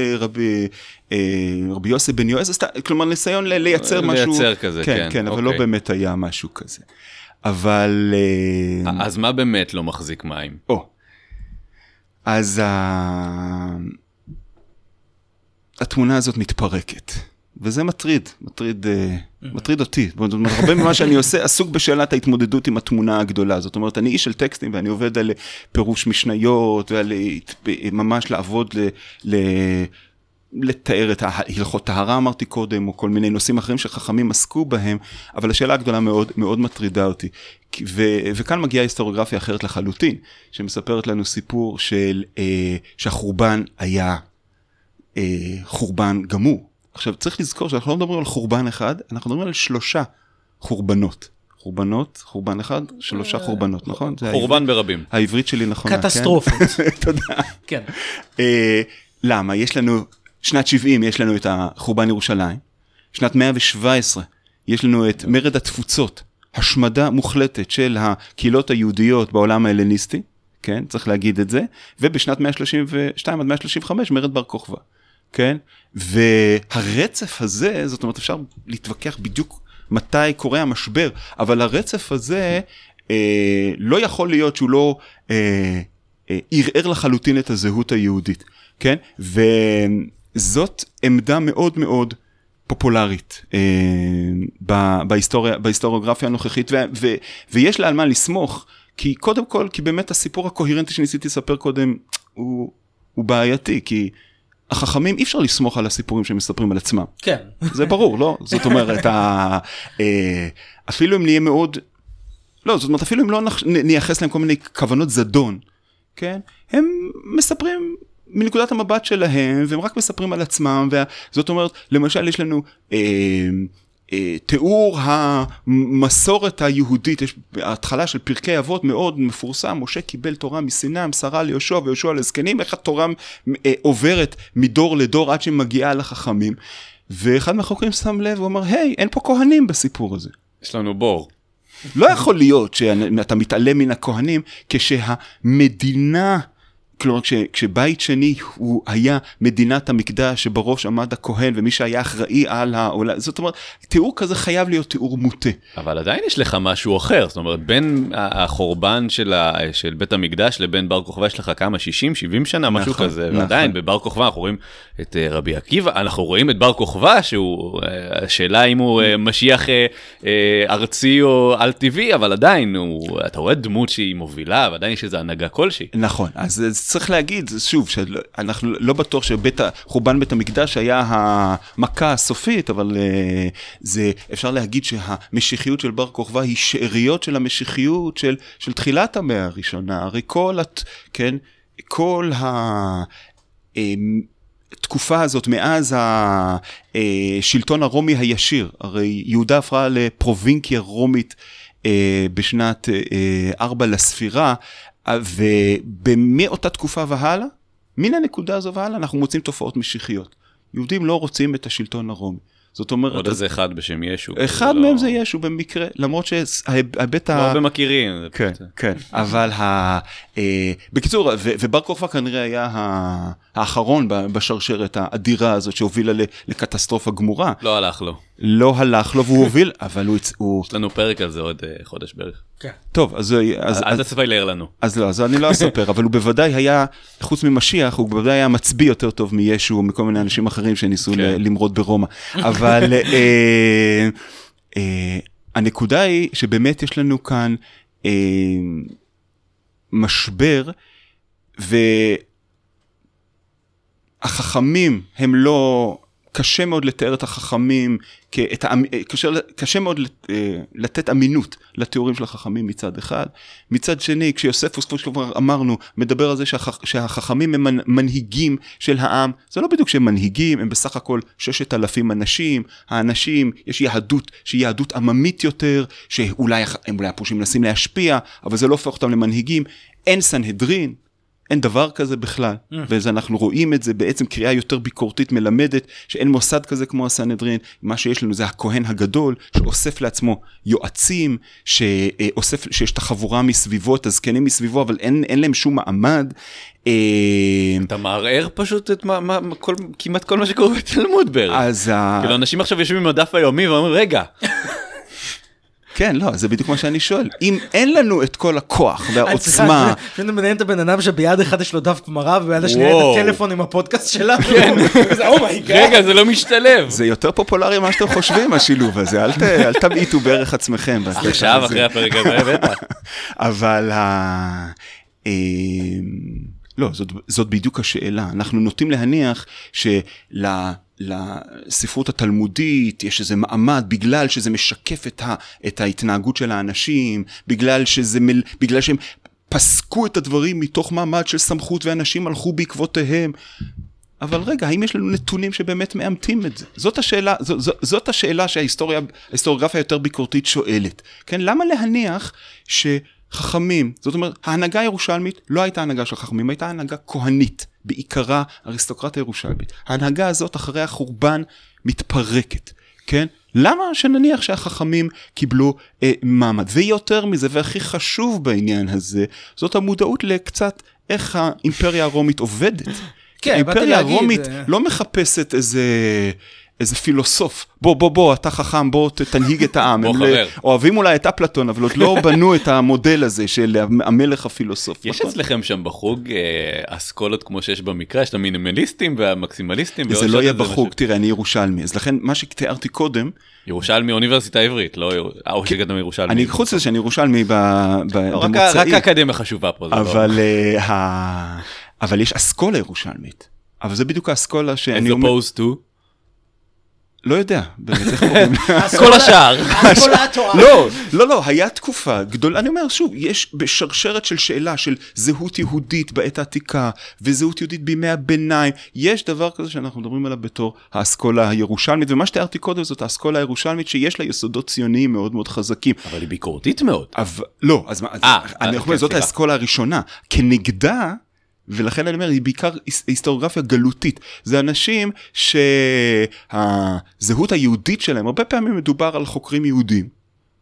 רבי יוסף בן יועז, כלומר, ניסיון לייצר משהו. לייצר כזה, כן. כן, אבל לא באמת היה משהו כזה. אבל... אז מה באמת לא מחזיק מים? אז התמונה הזאת מתפרקת, וזה מטריד אותי. זאת אומרת, הרבה ממה שאני עושה עסוק בשאלת ההתמודדות עם התמונה הגדולה. זאת אומרת, אני איש של טקסטים, ואני עובד על פירוש משניות, ועל ממש לעבוד לתאר את הלכות טהרה, אמרתי קודם, או כל מיני נושאים אחרים שחכמים עסקו בהם, אבל השאלה הגדולה מאוד, מאוד מטרידה אותי. וכאן מגיעה היסטוריוגרפיה אחרת לחלוטין, שמספרת לנו סיפור של שהחורבן היה חורבן גמור. עכשיו, צריך לזכור שאנחנו לא מדברים על חורבן אחד, אנחנו מדברים על 3 חורבנות. חורבן אחד, 3 חורבנות, נכון? חורבן ברבים. העברית שלי נכונה, כן? קטסטרופות. תודה. כן. למה? יש לנו, שנת 70 יש לנו את החורבן ירושלים, שנת 117 יש לנו את מרד התפוצות, השמדה מוחלטת של הקהילות היהודיות בעולם ההלניסטי, כן? צריך להגיד את זה, ובשנת 132 עד 135 מרד בר כוכבא, כן? והרצף הזה, זאת אומרת, אפשר להתווכח בדיוק מתי קורה המשבר, אבל הרצף הזה לא יכול להיות שהוא לא ערער לחלוטין את הזהות היהודית, כן? וזאת עמדה מאוד מאוד פופולרית בהיסטוריוגרפיה הנוכחית, ויש לה על מה לסמוך, כי קודם כל, כי באמת הסיפור הקוהרנטי שניסיתי לספר קודם, הוא בעייתי, כי החכמים אי אפשר לסמוך על הסיפורים שמספרים על עצמם. כן. זה ברור, לא? זאת אומרת, אפילו אם נהיה מאוד, לא, זאת אומרת, אפילו אם לא נייחס להם כל מיני כוונות זדון, כן? הם מספרים מנקודת המבט שלהם, והם רק מספרים על עצמם, זאת אומרת, למשל יש לנו תיאור המסורת היהודית, יש ההתחלה של פרקי אבות מאוד מפורסם, משה קיבל תורה מסיני, מסרה ליהושע ויהושע לזקנים, איך התורה עוברת מדור לדור עד שמגיעה לחכמים, ואחד מהחוקרים שם לב, הוא אמר, היי, אין פה כהנים בסיפור הזה. יש לנו בור. לא יכול להיות שאתה מתעלם מן הכהנים, כשהמדינה, כלומר, כשבית שני הוא היה מדינת המקדש שבראש עמד הכהן, ומי שהיה אחראי על העולם, זאת אומרת, תיאור כזה חייב להיות תיאור מוטה. אבל עדיין יש לך משהו אחר, זאת אומרת, בין החורבן של בית המקדש לבין בר כוכבא יש לך כמה, 60, 70 שנה, משהו כזה, ועדיין בבר כוכבא אנחנו רואים את רבי עקיבא, אנחנו רואים את בר כוכבא, שהוא, השאלה אם הוא משיח ארצי או על טבעי, אבל עדיין, אתה רואה דמות שהיא מובילה, ועדיין יש איזו הנהגה כלשהי. נכון, אז צריך להגיד, שוב, שאנחנו לא בטוח שחורבן בית המקדש היה המכה הסופית, אבל אפשר להגיד שהמשיחיות של בר כוכבא היא שאריות של המשיחיות של תחילת המאה הראשונה, הרי כל התקופה הזאת מאז השלטון הרומי הישיר, הרי יהודה הפכה לפרובינקיה רומית בשנת 4 לספירה, ובמאותה תקופה והלאה, מן הנקודה הזו והלאה, אנחנו מוצאים תופעות משיחיות. יהודים לא רוצים את השלטון הרומי. זאת אומרת... עוד איזה אחד בשם ישו. אחד מהם זה ישו במקרה, למרות שההיבט לא הרבה מכירים. כן, כן. אבל בקיצור, ובר כוכבא כנראה היה האחרון בשרשרת האדירה הזאת שהובילה לקטסטרופה גמורה. לא הלך לו. לא הלך לו והוא הוביל, אבל הוא... יש לנו פרק על זה עוד חודש בערך. כן. טוב, אז... אל תספיילר לנו. אז לא, אז אני לא אספר, אבל הוא בוודאי היה, חוץ ממשיח, הוא בוודאי היה מצביא יותר טוב מישו, או מכל מיני אנשים אחרים שניסו למרוד ברומא. אבל הנקודה היא שבאמת יש לנו כאן משבר, והחכמים הם לא... קשה מאוד לתאר את החכמים, קשה מאוד לתת אמינות לתיאורים של החכמים מצד אחד. מצד שני, כשיוספוס, כמו שכבר אמרנו, מדבר על זה שהחכמים הם מנהיגים של העם. זה לא בדיוק שהם מנהיגים, הם בסך הכל 6,000 אנשים. האנשים, יש יהדות שהיא יהדות עממית יותר, שאולי הם הפרושים מנסים להשפיע, אבל זה לא הופך אותם למנהיגים. אין סנהדרין. אין דבר כזה בכלל, ואז אנחנו רואים את זה, בעצם קריאה יותר ביקורתית מלמדת, שאין מוסד כזה כמו הסנהדרין, מה שיש לנו זה הכהן הגדול, שאוסף לעצמו יועצים, שיש את החבורה מסביבו, את הזקנים מסביבו, אבל אין להם שום מעמד. אתה מערער פשוט את כמעט כל מה שקורה בתלמוד בערך. כאילו אנשים עכשיו יושבים עם הדף היומי, ואומרים, רגע, כן, לא, זה בדיוק מה שאני שואל. אם אין לנו את כל הכוח והעוצמה... אני מדמיין את הבן אדם שביד אחד יש לו דף גמרא, וביד השנייה את הטלפון עם הפודקאסט שלנו. כן. רגע, זה לא משתלב. זה יותר פופולרי ממה שאתם חושבים, השילוב הזה. אל תמעיטו בערך עצמכם. עכשיו אחרי הפרק הזה, בטח. אבל לא, זאת בדיוק השאלה. אנחנו נוטים להניח לספרות התלמודית יש איזה מעמד, בגלל שזה משקף את ההתנהגות של האנשים, בגלל שהם פסקו את הדברים מתוך מעמד של סמכות, ואנשים הלכו בעקבותיהם. אבל רגע, האם יש לנו נתונים שבאמת מאמתים את זה? זאת השאלה שההיסטוריוגרפיה יותר ביקורתית שואלת. כן, למה להניח חכמים, זאת אומרת, ההנהגה הירושלמית לא הייתה הנהגה של חכמים, הייתה הנהגה כהנית, בעיקרה אריסטוקרטיה ירושלמית. ההנהגה הזאת אחרי החורבן מתפרקת, כן? למה שנניח שהחכמים קיבלו מעמד? ויותר מזה, והכי חשוב בעניין הזה, זאת המודעות לקצת איך האימפריה הרומית עובדת. כן, האימפריה הרומית לא מחפשת איזה פילוסוף, בוא, אתה חכם, בוא תנהיג את העם. הם אוהבים אולי את אפלטון, אבל עוד לא בנו את המודל הזה של המלך הפילוסוף. יש אצלכם שם בחוג אסכולות כמו שיש במקרה, יש את המינימליסטים והמקסימליסטים. זה לא יהיה בחוג, תראה, אני ירושלמי, אז לכן מה שתיארתי קודם... ירושלמי אוניברסיטה העברית, לא שגדם ירושלמי. אני חוץ לזה שאני ירושלמי במוצאי. רק האקדמיה חשובה פה. אבל יש אסכולה ירושלמית. אבל זה בדיוק האסכולה שאני אומר... As opposed to? לא יודע, באמת איך קוראים? כל השאר. לא, היה תקופה גדולה, אני אומר שוב, יש בשרשרת של שאלה של זהות יהודית בעת העתיקה, וזהות יהודית בימי הביניים, יש דבר כזה שאנחנו מדברים עליו בתור האסכולה הירושלמית, ומה שתיארתי קודם זאת האסכולה הירושלמית שיש לה יסודות ציוניים מאוד מאוד חזקים. אבל היא ביקורתית מאוד. לא, אז אני אומר, זאת האסכולה הראשונה, כנגדה, ולכן אני אומר, היא בעיקר היסטוריוגרפיה גלותית. זה אנשים שהזהות היהודית שלהם, הרבה פעמים מדובר על חוקרים יהודים,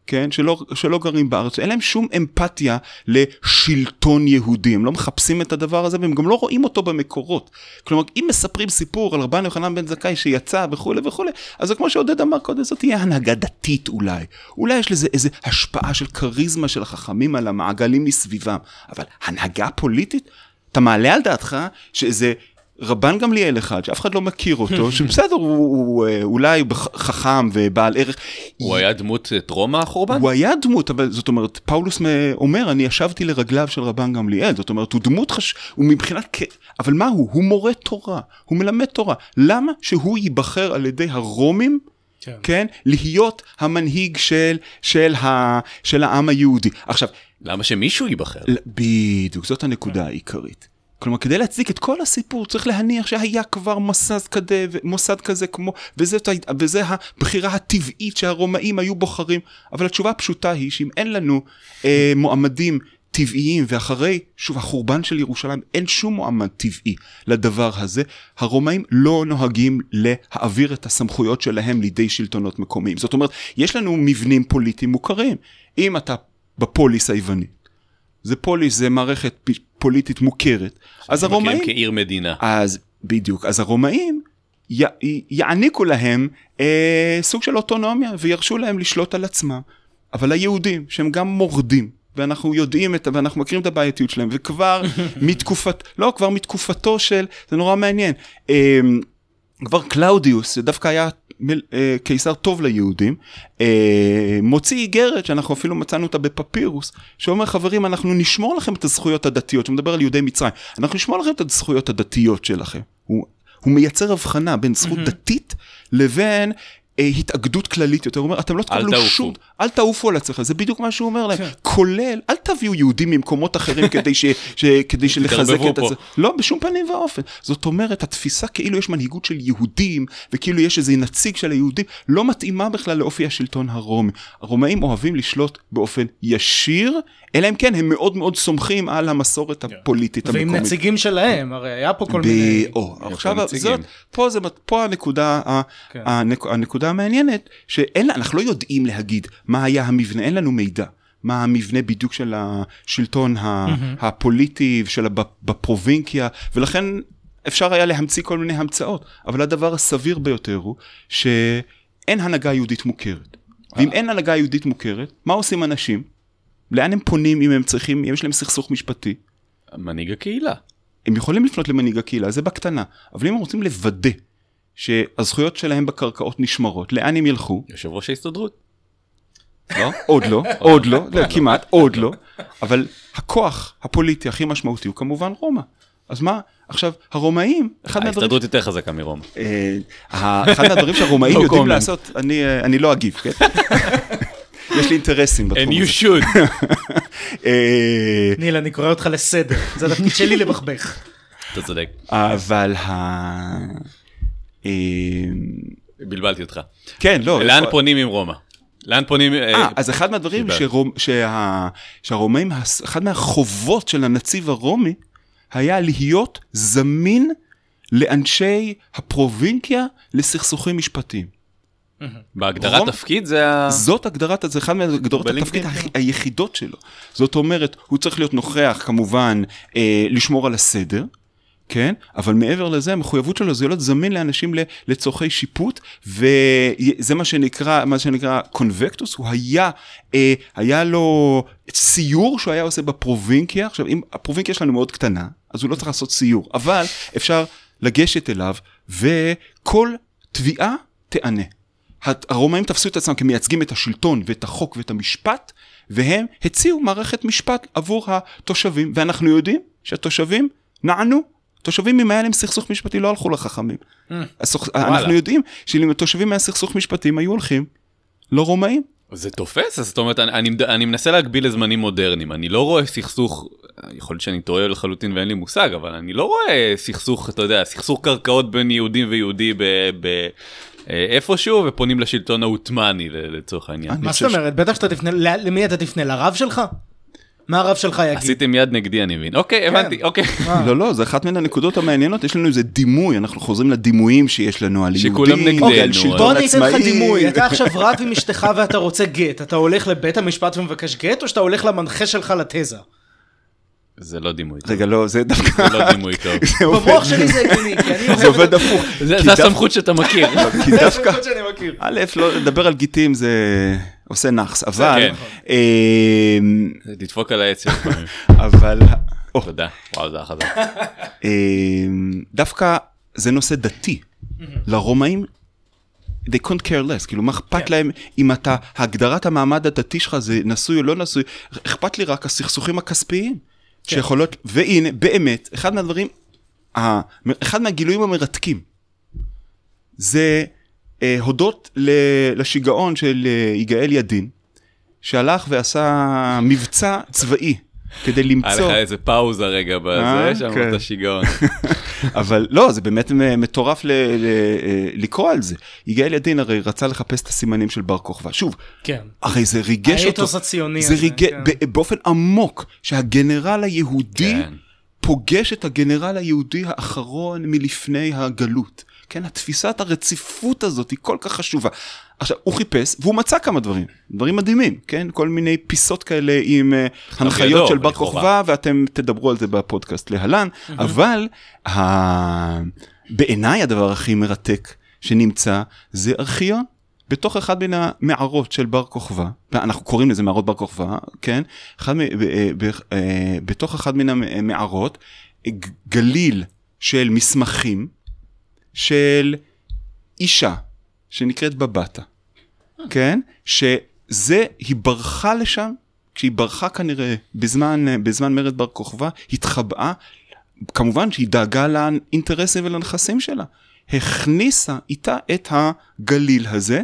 כן, שלא גרים בארץ, אין להם שום אמפתיה לשלטון יהודי, הם לא מחפשים את הדבר הזה, והם גם לא רואים אותו במקורות. כלומר, אם מספרים סיפור על רבן יוחנן בן זכאי שיצא וכו' וכו', אז זה כמו שעודד אמר קודם, זאת תהיה הנהגה דתית אולי יש לזה איזו השפעה של קריזמה של החכמים על המעגלים מסביבם, אבל הנהגה פוליטית, אתה מעלה על דעתך שאיזה רבן גמליאל אחד, שאף אחד לא מכיר אותו, שבסדר, הוא אולי חכם ובעל ערך. הוא היה דמות טרום החורבן? הוא היה דמות, אבל זאת אומרת, פאולוס אומר, אני ישבתי לרגליו של רבן גמליאל, זאת אומרת, הוא דמות הוא מבחינת, אבל מה הוא? הוא מורה תורה, הוא מלמד תורה. למה שהוא ייבחר על ידי הרומים, כן, להיות המנהיג של העם היהודי? עכשיו, למה שמישהו ייבחר? בדיוק, זאת הנקודה העיקרית. כלומר, כדי להצדיק את כל הסיפור, צריך להניח שהיה כבר מוסד כזה כמו, וזה הבחירה הטבעית שהרומאים היו בוחרים. אבל התשובה הפשוטה היא שאם אין לנו מועמדים טבעיים, ואחרי, שוב, החורבן של ירושלים, אין שום מועמד טבעי לדבר הזה, הרומאים לא נוהגים להעביר את הסמכויות שלהם לידי שלטונות מקומיים. זאת אומרת, יש לנו מבנים פוליטיים מוכרים. אם אתה בפוליס היווני, זה פוליס, זה מערכת פוליטית מוכרת. אז הרומאים... כעיר מדינה. אז בדיוק, אז הרומאים יעניקו להם סוג של אוטונומיה, וירשו להם לשלוט על עצמם. אבל היהודים, שהם גם מורדים, ואנחנו יודעים ואנחנו מכירים את הבעייתיות שלהם, וכבר כבר מתקופתו של, זה נורא מעניין, כבר קלאודיוס, שדווקא היה קיסר טוב ליהודים, מוציא איגרת, שאנחנו אפילו מצאנו אותה בפפירוס, שאומר, חברים, אנחנו נשמור לכם את הזכויות הדתיות, שמדבר על יהודי מצרים, אנחנו נשמור לכם את הזכויות הדתיות שלכם. הוא מייצר הבחנה בין זכות דתית לבין התאגדות כללית יותר. הוא אומר, אתם לא תקבלו שום, אל תעופו על עצמכם, זה בדיוק מה שהוא אומר להם, כולל, אל תביאו יהודים ממקומות אחרים כדי שלחזק את זה. לא, בשום פנים ואופן. זאת אומרת, התפיסה כאילו יש מנהיגות של יהודים, וכאילו יש איזה נציג של היהודים, לא מתאימה בכלל לאופי השלטון הרומי. הרומאים אוהבים לשלוט באופן ישיר, אלא אם כן, הם מאוד מאוד סומכים על המסורת הפוליטית המקומית. ועם נציגים שלהם, הרי היה פה כל מיני... עכשיו, פה הנקודה המעניינת, אנחנו לא יודעים להגיד מה היה המבנה, אין לנו מידע, מה המבנה בדיוק של השלטון הפוליטי, בפרובינקיה, ולכן אפשר היה להמציא כל מיני המצאות, אבל הדבר הסביר ביותר הוא, שאין הנהגה יהודית מוכרת. ואם אין הנהגה יהודית מוכרת, מה עושים אנשים? לאן הם פונים אם הם צריכים, אם יש להם סכסוך משפטי? מנהיג הקהילה. הם יכולים לפנות למנהיג הקהילה, זה בקטנה. אבל אם הם רוצים לוודא שהזכויות שלהם בקרקעות נשמרות, לאן הם ילכו? יושב ראש ההסתדרות. לא? עוד לא, כמעט, עוד לא. אבל הכוח הפוליטי הכי משמעותי הוא כמובן רומא. אז מה? עכשיו, הרומאים... ההסתדרות יותר חזקה מרומא. אחד מהדברים שהרומאים יודעים לעשות, אני לא אגיב, כן? יש לי אינטרסים בתחום הזה. And you should. ניל, אני קורא אותך לסדר. זה התפקיד שלי לבחבך. אתה צודק. אבל בלבלתי אותך. כן, לא. לאן פונים עם רומא? לאן פונים... אז אחד מהדברים שהרומאים, אחד מהחובות של הנציב הרומי, היה להיות זמין לאנשי הפרובינקיה לסכסוכים משפטיים. בהגדרת תפקיד זה זאת הגדרת, זה אחד מהגדרות התפקיד היחידות שלו. זאת אומרת, הוא צריך להיות נוכח כמובן לשמור על הסדר, כן? אבל מעבר לזה, המחויבות שלו זה להיות זמין לאנשים לצורכי שיפוט, וזה מה שנקרא קונבקטוס, הוא היה לו סיור שהוא היה עושה בפרובינקיה. עכשיו, אם הפרובינקיה שלנו מאוד קטנה, אז הוא לא צריך לעשות סיור, אבל אפשר לגשת אליו, וכל תביעה תענה. הרומאים תפסו את עצמם כמייצגים את השלטון ואת החוק ואת המשפט, והם הציעו מערכת משפט עבור התושבים, ואנחנו יודעים שהתושבים נענו, תושבים אם היה להם סכסוך משפטי לא הלכו לחכמים. אנחנו יודעים שאם התושבים מהסכסוך משפטים היו הולכים לא רומאים. זה תופס, זאת אומרת, אני מנסה להגביל לזמנים מודרניים, אני לא רואה סכסוך, יכול להיות שאני טועה לחלוטין ואין לי מושג, אבל אני לא רואה סכסוך, אתה יודע, סכסוך קרקעות בין יהודים ויהודי איפשהו, ופונים לשלטון העות'מאני לצורך העניין. מה זאת אומרת? בטח שאתה תפנה, למי אתה תפנה? לרב שלך? מה הרב שלך יגיד? עשיתם יד נגדי, אני מבין. אוקיי, הבנתי, אוקיי. לא, זה אחת מן הנקודות המעניינות, יש לנו איזה דימוי, אנחנו חוזרים לדימויים שיש לנו על יהודים. שכולם נגדנו. בוא אני אתן לך דימוי, אתה עכשיו רב עם אשתך ואתה רוצה גט, אתה הולך לבית המשפט ומבקש גט, או שאתה הולך למנחה שלך לתזה? זה לא דימוי טוב. רגע, לא, זה דווקא... זה לא דימוי טוב. במוח שלי זה הגיוני, כי אני... זה עובד הפוך. זה הסמכות שאתה מכיר. זה הסמכות שאני מכיר. א', לדבר על גיטים זה עושה נחס, אבל... תדפוק על העץ לפעמים. אבל... תודה, וואו, זה החזק. דווקא זה נושא דתי. לרומאים, they couldn't care less, כאילו מה אכפת להם אם אתה, הגדרת המעמד הדתי שלך זה נשוי או לא נשוי, אכפת לי רק הסכסוכים הכספיים, שיכולות, והנה, באמת, אחד מהדברים, אחד מהגילויים המרתקים, זה הודות לשיגעון של יגאל ידין, שהלך ועשה מבצע צבאי, כדי למצוא... היה לך איזה פאוזה רגע בזה, שאמרת השיגעון. אבל לא, זה באמת מטורף לקרוא על זה. יגאל ידין הרי רצה לחפש את הסימנים של בר כוכבא. שוב, הרי זה ריגש אותו. האתוס הציוני. זה ריגש באופן עמוק, שהגנרל היהודי פוגש את הגנרל היהודי האחרון מלפני הגלות. כן, התפיסת הרציפות הזאת היא כל כך חשובה. עכשיו, הוא חיפש, והוא מצא כמה דברים, דברים מדהימים, כן? כל מיני פיסות כאלה עם הנחיות של בר כוכבא, ואתם תדברו על זה בפודקאסט להלן, אבל בעיניי הדבר הכי מרתק שנמצא, זה ארכיון, בתוך אחד מן המערות של בר כוכבא, אנחנו קוראים לזה מערות בר כוכבא, כן? בתוך אחד מן המערות, גליל של מסמכים, של אישה, שנקראת בבטה, כן? שזה, היא ברחה לשם, כשהיא ברחה כנראה בזמן מרד בר כוכבא, התחבאה, כמובן שהיא דאגה לאינטרסים ולנכסים שלה, הכניסה איתה את הגליל הזה,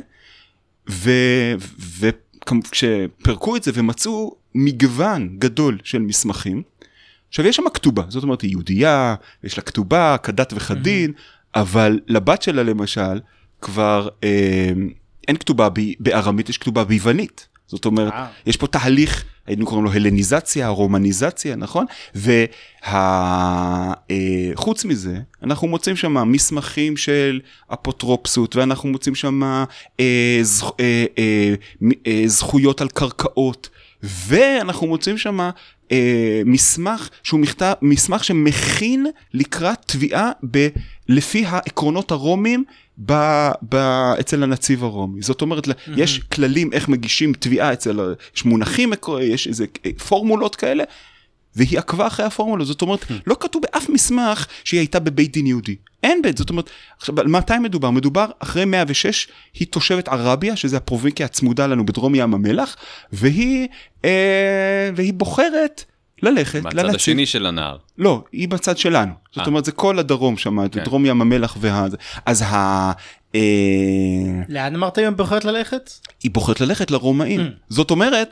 וכשפרקו את זה ומצאו מגוון גדול של מסמכים, עכשיו יש שם כתובה, זאת אומרת היא יהודייה, יש לה כתובה, כדת וכדין, אבל לבת שלה למשל, כבר אין כתובה בארמית, יש כתובה ביוונית. זאת אומרת, יש פה תהליך, היינו קוראים לו הלניזציה, רומניזציה, נכון? וחוץ מזה, אנחנו מוצאים שם מסמכים של אפוטרופסות, ואנחנו מוצאים שם זכויות על קרקעות, ואנחנו מוצאים שם מסמך שהוא מסמך שמכין לקראת תביעה לפי העקרונות הרומיים אצל הנציב הרומי. זאת אומרת, יש כללים איך מגישים תביעה יש מונחים, יש איזה פורמולות כאלה, והיא עקבה אחרי הפורמולות. זאת אומרת, לא כתוב באף מסמך שהיא הייתה בבית דין יהודי. אין בית, זאת אומרת, עכשיו, על מתי מדובר? מדובר אחרי 106, היא תושבת ערביה, שזה הפרובינקיה הצמודה לנו בדרום ים המלח, והיא בוחרת ללכת לנציב. בצד השני של הנהר. לא, היא בצד שלנו. זאת אומרת, זה כל הדרום שם, דרום ים המלח אז לאן אמרת אם בוחרת ללכת? היא בוחרת ללכת לרומאים. זאת אומרת,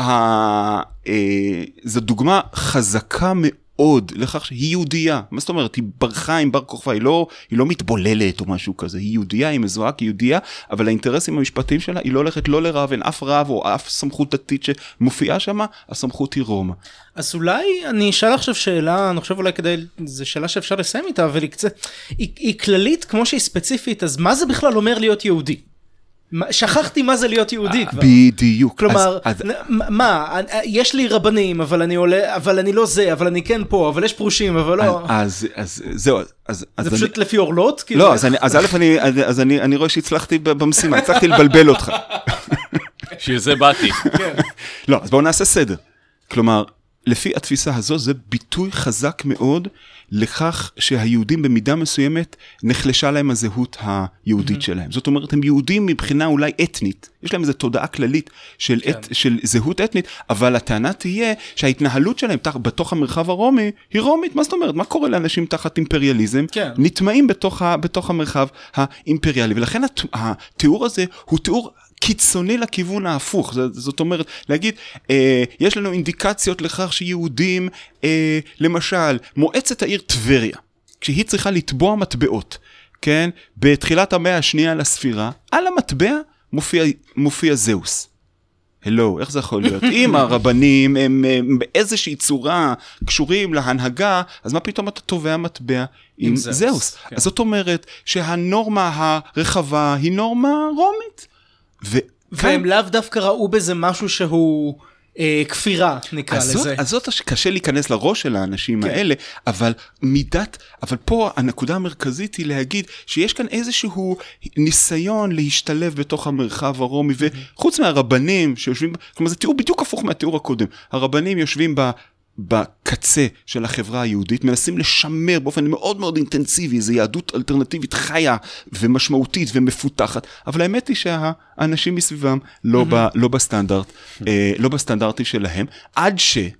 זו דוגמה חזקה מאוד לכך שהיא יהודייה. מה זאת אומרת? היא ברחה עם בר כוכבא, היא לא מתבוללת או משהו כזה. היא יהודייה, היא מזוהה כיהודייה, אבל האינטרסים המשפטיים שלה, היא לא הולכת לא לרב, אין אף רב או אף סמכות דתית שמופיעה שם, הסמכות היא רומא. אז אולי אני אשאל עכשיו שאלה, אני חושב אולי זו שאלה שאפשר לסיים איתה, אבל היא כללית כמו שהיא ספציפית, אז מה זה בכלל אומר להיות יהודי? שכחתי מה זה להיות יהודי כבר. בדיוק. כלומר, מה, יש לי רבנים, אבל אני לא זה, אבל אני כן פה, אבל יש פרושים, אבל לא. אז זהו, זה פשוט לפי אורלות? לא, אז אני רואה שהצלחתי במשימה, הצלחתי לבלבל אותך. שזה באתי. לא, אז בואו נעשה סדר. כלומר, לפי התפיסה הזו, זה ביטוי חזק מאוד לכך שהיהודים במידה מסוימת נחלשה להם הזהות היהודית שלהם. זאת אומרת, הם יהודים מבחינה אולי אתנית. יש להם איזו תודעה כללית של זהות אתנית, אבל הטענה תהיה שההתנהלות שלהם בתוך המרחב הרומי היא רומית. מה זאת אומרת? מה קורה לאנשים תחת אימפריאליזם? נטמעים בתוך המרחב האימפריאלי. ולכן התיאור הזה הוא תיאור קיצוני לכיוון ההפוך. זאת אומרת, להגיד, יש לנו אינדיקציות לכך שיהודים, למשל, מועצת העיר טבריה, כשהיא צריכה לטבוע מטבעות, כן? בתחילת המאה השנייה לספירה, על המטבע מופיע זהוס. הלו, איך זה יכול להיות? אם הרבנים הם באיזושהי צורה קשורים להנהגה, אז מה פתאום אתה תובע מטבע עם זהוס? אז זאת אומרת שהנורמה הרחבה היא נורמה רומית. והם לאו דווקא ראו בזה משהו שהוא כפירה, נקרא לזה. אז זאת קשה להיכנס לראש של האנשים האלה, אבל פה הנקודה המרכזית היא להגיד שיש כאן איזשהו ניסיון להשתלב בתוך המרחב הרומי, וחוץ מהרבנים שיושבים, כלומר זה תיאור בדיוק הפוך מהתיאור הקודם, הרבנים יושבים בקצה של החברה היהודית, מנסים לשמר באופן מאוד מאוד אינטנסיבי, זו יהדות אלטרנטיבית חיה ומשמעותית ומפותחת, אבל האמת היא שהאנשים מסביבם לא בסטנדרט, לא בסטנדרטי שלהם, עד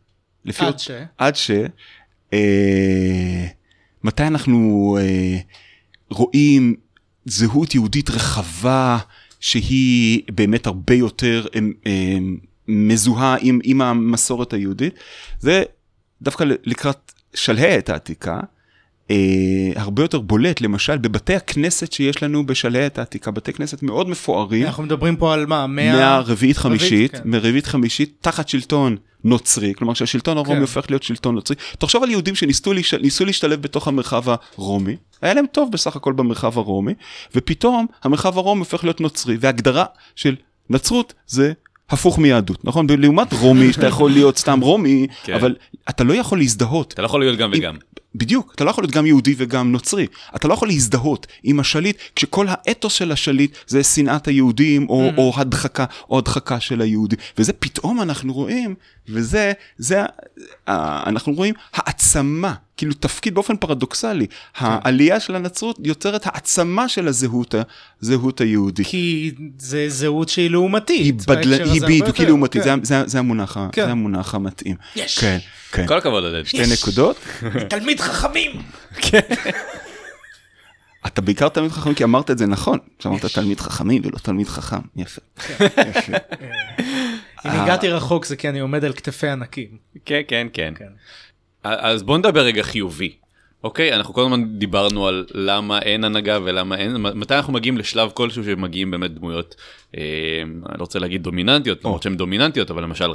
מתי אנחנו רואים זהות יהודית רחבה, שהיא באמת הרבה יותר מזוהה עם המסורת היהודית, זה דווקא לקראת שלהי העת העתיקה, הרבה יותר בולט, למשל, בבתי הכנסת שיש לנו בשלהי העת העתיקה, בתי כנסת מאוד מפוארים. אנחנו מדברים פה על מה? מהרביעית חמישית, תחת שלטון נוצרי, כלומר שהשלטון הרומי הופך להיות שלטון נוצרי. תחשוב על יהודים שניסו להשתלב בתוך המרחב הרומי, היה להם טוב בסך הכל במרחב הרומי, ופתאום המרחב הרומי הופך להיות נוצרי, וההגדרה של נצרות זה הפוך מיהדות, נכון? לעומת רומי, שאתה יכול להיות סתם רומי, אבל אתה לא יכול להזדהות. אתה לא יכול להיות גם וגם. בדיוק, אתה לא יכול להיות גם יהודי וגם נוצרי. אתה לא יכול להזדהות עם השליט, כשכל האתוס של השליט זה שנאת היהודים, או הדחקה של היהודי. וזה פתאום אנחנו רואים, אנחנו רואים העצמה, כאילו תפקיד באופן פרדוקסלי. העלייה של הנצרות יוצרת העצמה של הזהות היהודית. כי זה זהות שהיא לעומתית. היא בדיוק, היא לעומתית, זה המונח המתאים. יש. כן. כל הכבוד עודד. 2 נקודות. תלמיד חכמים. אתה בעיקר תלמיד חכמים, כי אמרת את זה נכון. שאמרת תלמיד חכמים ולא תלמיד חכם. יפה. אם הגעתי רחוק זה כי אני עומד על כתפי ענקים. כן. אז בוא נדבר רגע חיובי. אוקיי, אנחנו כל הזמן דיברנו על למה אין הנהגה ולמה אין, מתי אנחנו מגיעים לשלב כלשהו שמגיעים באמת דמויות, אני לא רוצה להגיד דומיננטיות, למרות שהן דומיננטיות, אבל למשל,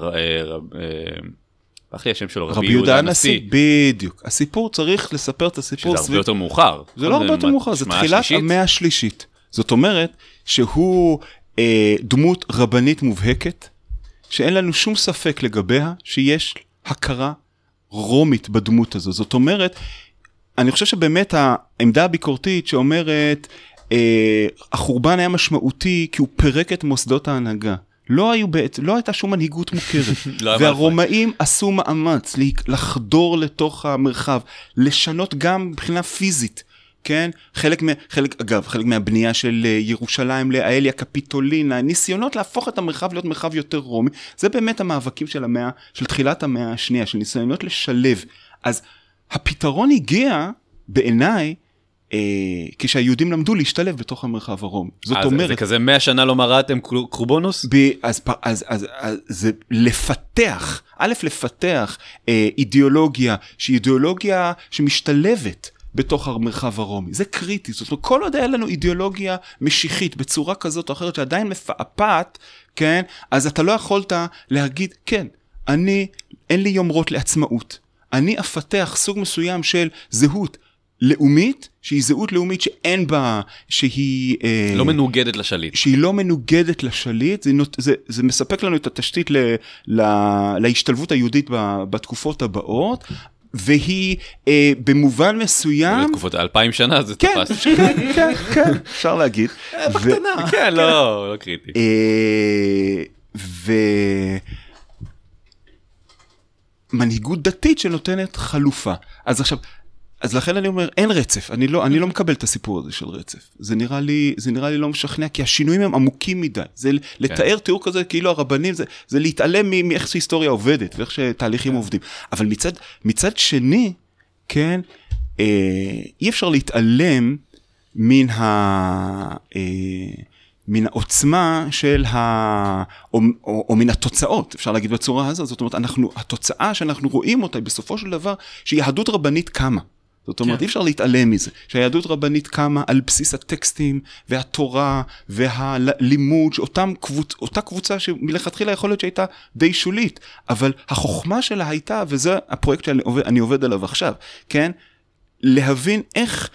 אחי השם שלו, רבי יהודה הנשיא. בדיוק, הסיפור צריך לספר את הסיפור. שזה הרבה יותר מאוחר. זה לא הרבה יותר מאוחר, זה תחילת המאה השלישית. זאת אומרת שהוא דמות רבנית מובהקת, שאין לנו שום ספק לגביה שיש הכרה רומית בדמות הזו. זאת אומרת, אני חושב שבאמת העמדה הביקורתית שאומרת, החורבן היה משמעותי כי הוא פרק את מוסדות ההנהגה. לא הייתה שום מנהיגות מוכרת. והרומאים עשו מאמץ לחדור לתוך המרחב, לשנות גם מבחינה פיזית. כן? חלק מהבנייה של ירושלים לאליה קפיטולינה, ניסיונות להפוך את המרחב להיות מרחב יותר רומי, זה באמת המאבקים של תחילת המאה השנייה, של ניסיונות לשלב. אז הפתרון הגיע בעיניי, כשהיהודים למדו להשתלב בתוך המרחב הרומי. זאת אומרת... זה כזה 100 שנה לא מראתם קרובונוס? אז זה לפתח אידיאולוגיה, שהיא אידיאולוגיה שמשתלבת בתוך המרחב הרומי. זה קריטי. זאת אומרת, כל עוד היה לנו אידיאולוגיה משיחית בצורה כזאת או אחרת, שעדיין מפעפת, כן? אז אתה לא יכולת להגיד, כן, אין לי יומרות לעצמאות. אני אפתח סוג מסוים של זהות לאומית, שהיא זהות לאומית שאין בה, שהיא... לא מנוגדת לשליט. שהיא לא מנוגדת לשליט, זה מספק לנו את התשתית להשתלבות היהודית בתקופות הבאות, והיא במובן מסוים... בתקופות 2000 שנה זה תפס. כן, אפשר להגיד. בקטנה. כן, לא קריטי. מנהיגות דתית שנותנת חלופה. אז לכן אני אומר, אין רצף. אני לא מקבל את הסיפור הזה של רצף. זה נראה לי לא משכנע, כי השינויים הם עמוקים מדי. זה לתאר תיאור כזה, כאילו הרבנים, זה להתעלם מאיך שההיסטוריה עובדת, ואיך שתהליכים עובדים. אבל מצד שני, כן, אי אפשר להתעלם מן העוצמה של או מן התוצאות, אפשר להגיד בצורה הזאת. זאת אומרת, התוצאה שאנחנו רואים אותה בסופו של דבר, שהיא יהדות רבנית קמה. זאת אומרת, אי אפשר להתעלם מזה, שהיהדות רבנית קמה על בסיס הטקסטים והתורה והלימוד, אותה קבוצה שמלכתחילה יכול להיות שהייתה די שולית, אבל החוכמה שלה הייתה, וזה הפרויקט שאני עובד עליו עכשיו, כן? להבין איך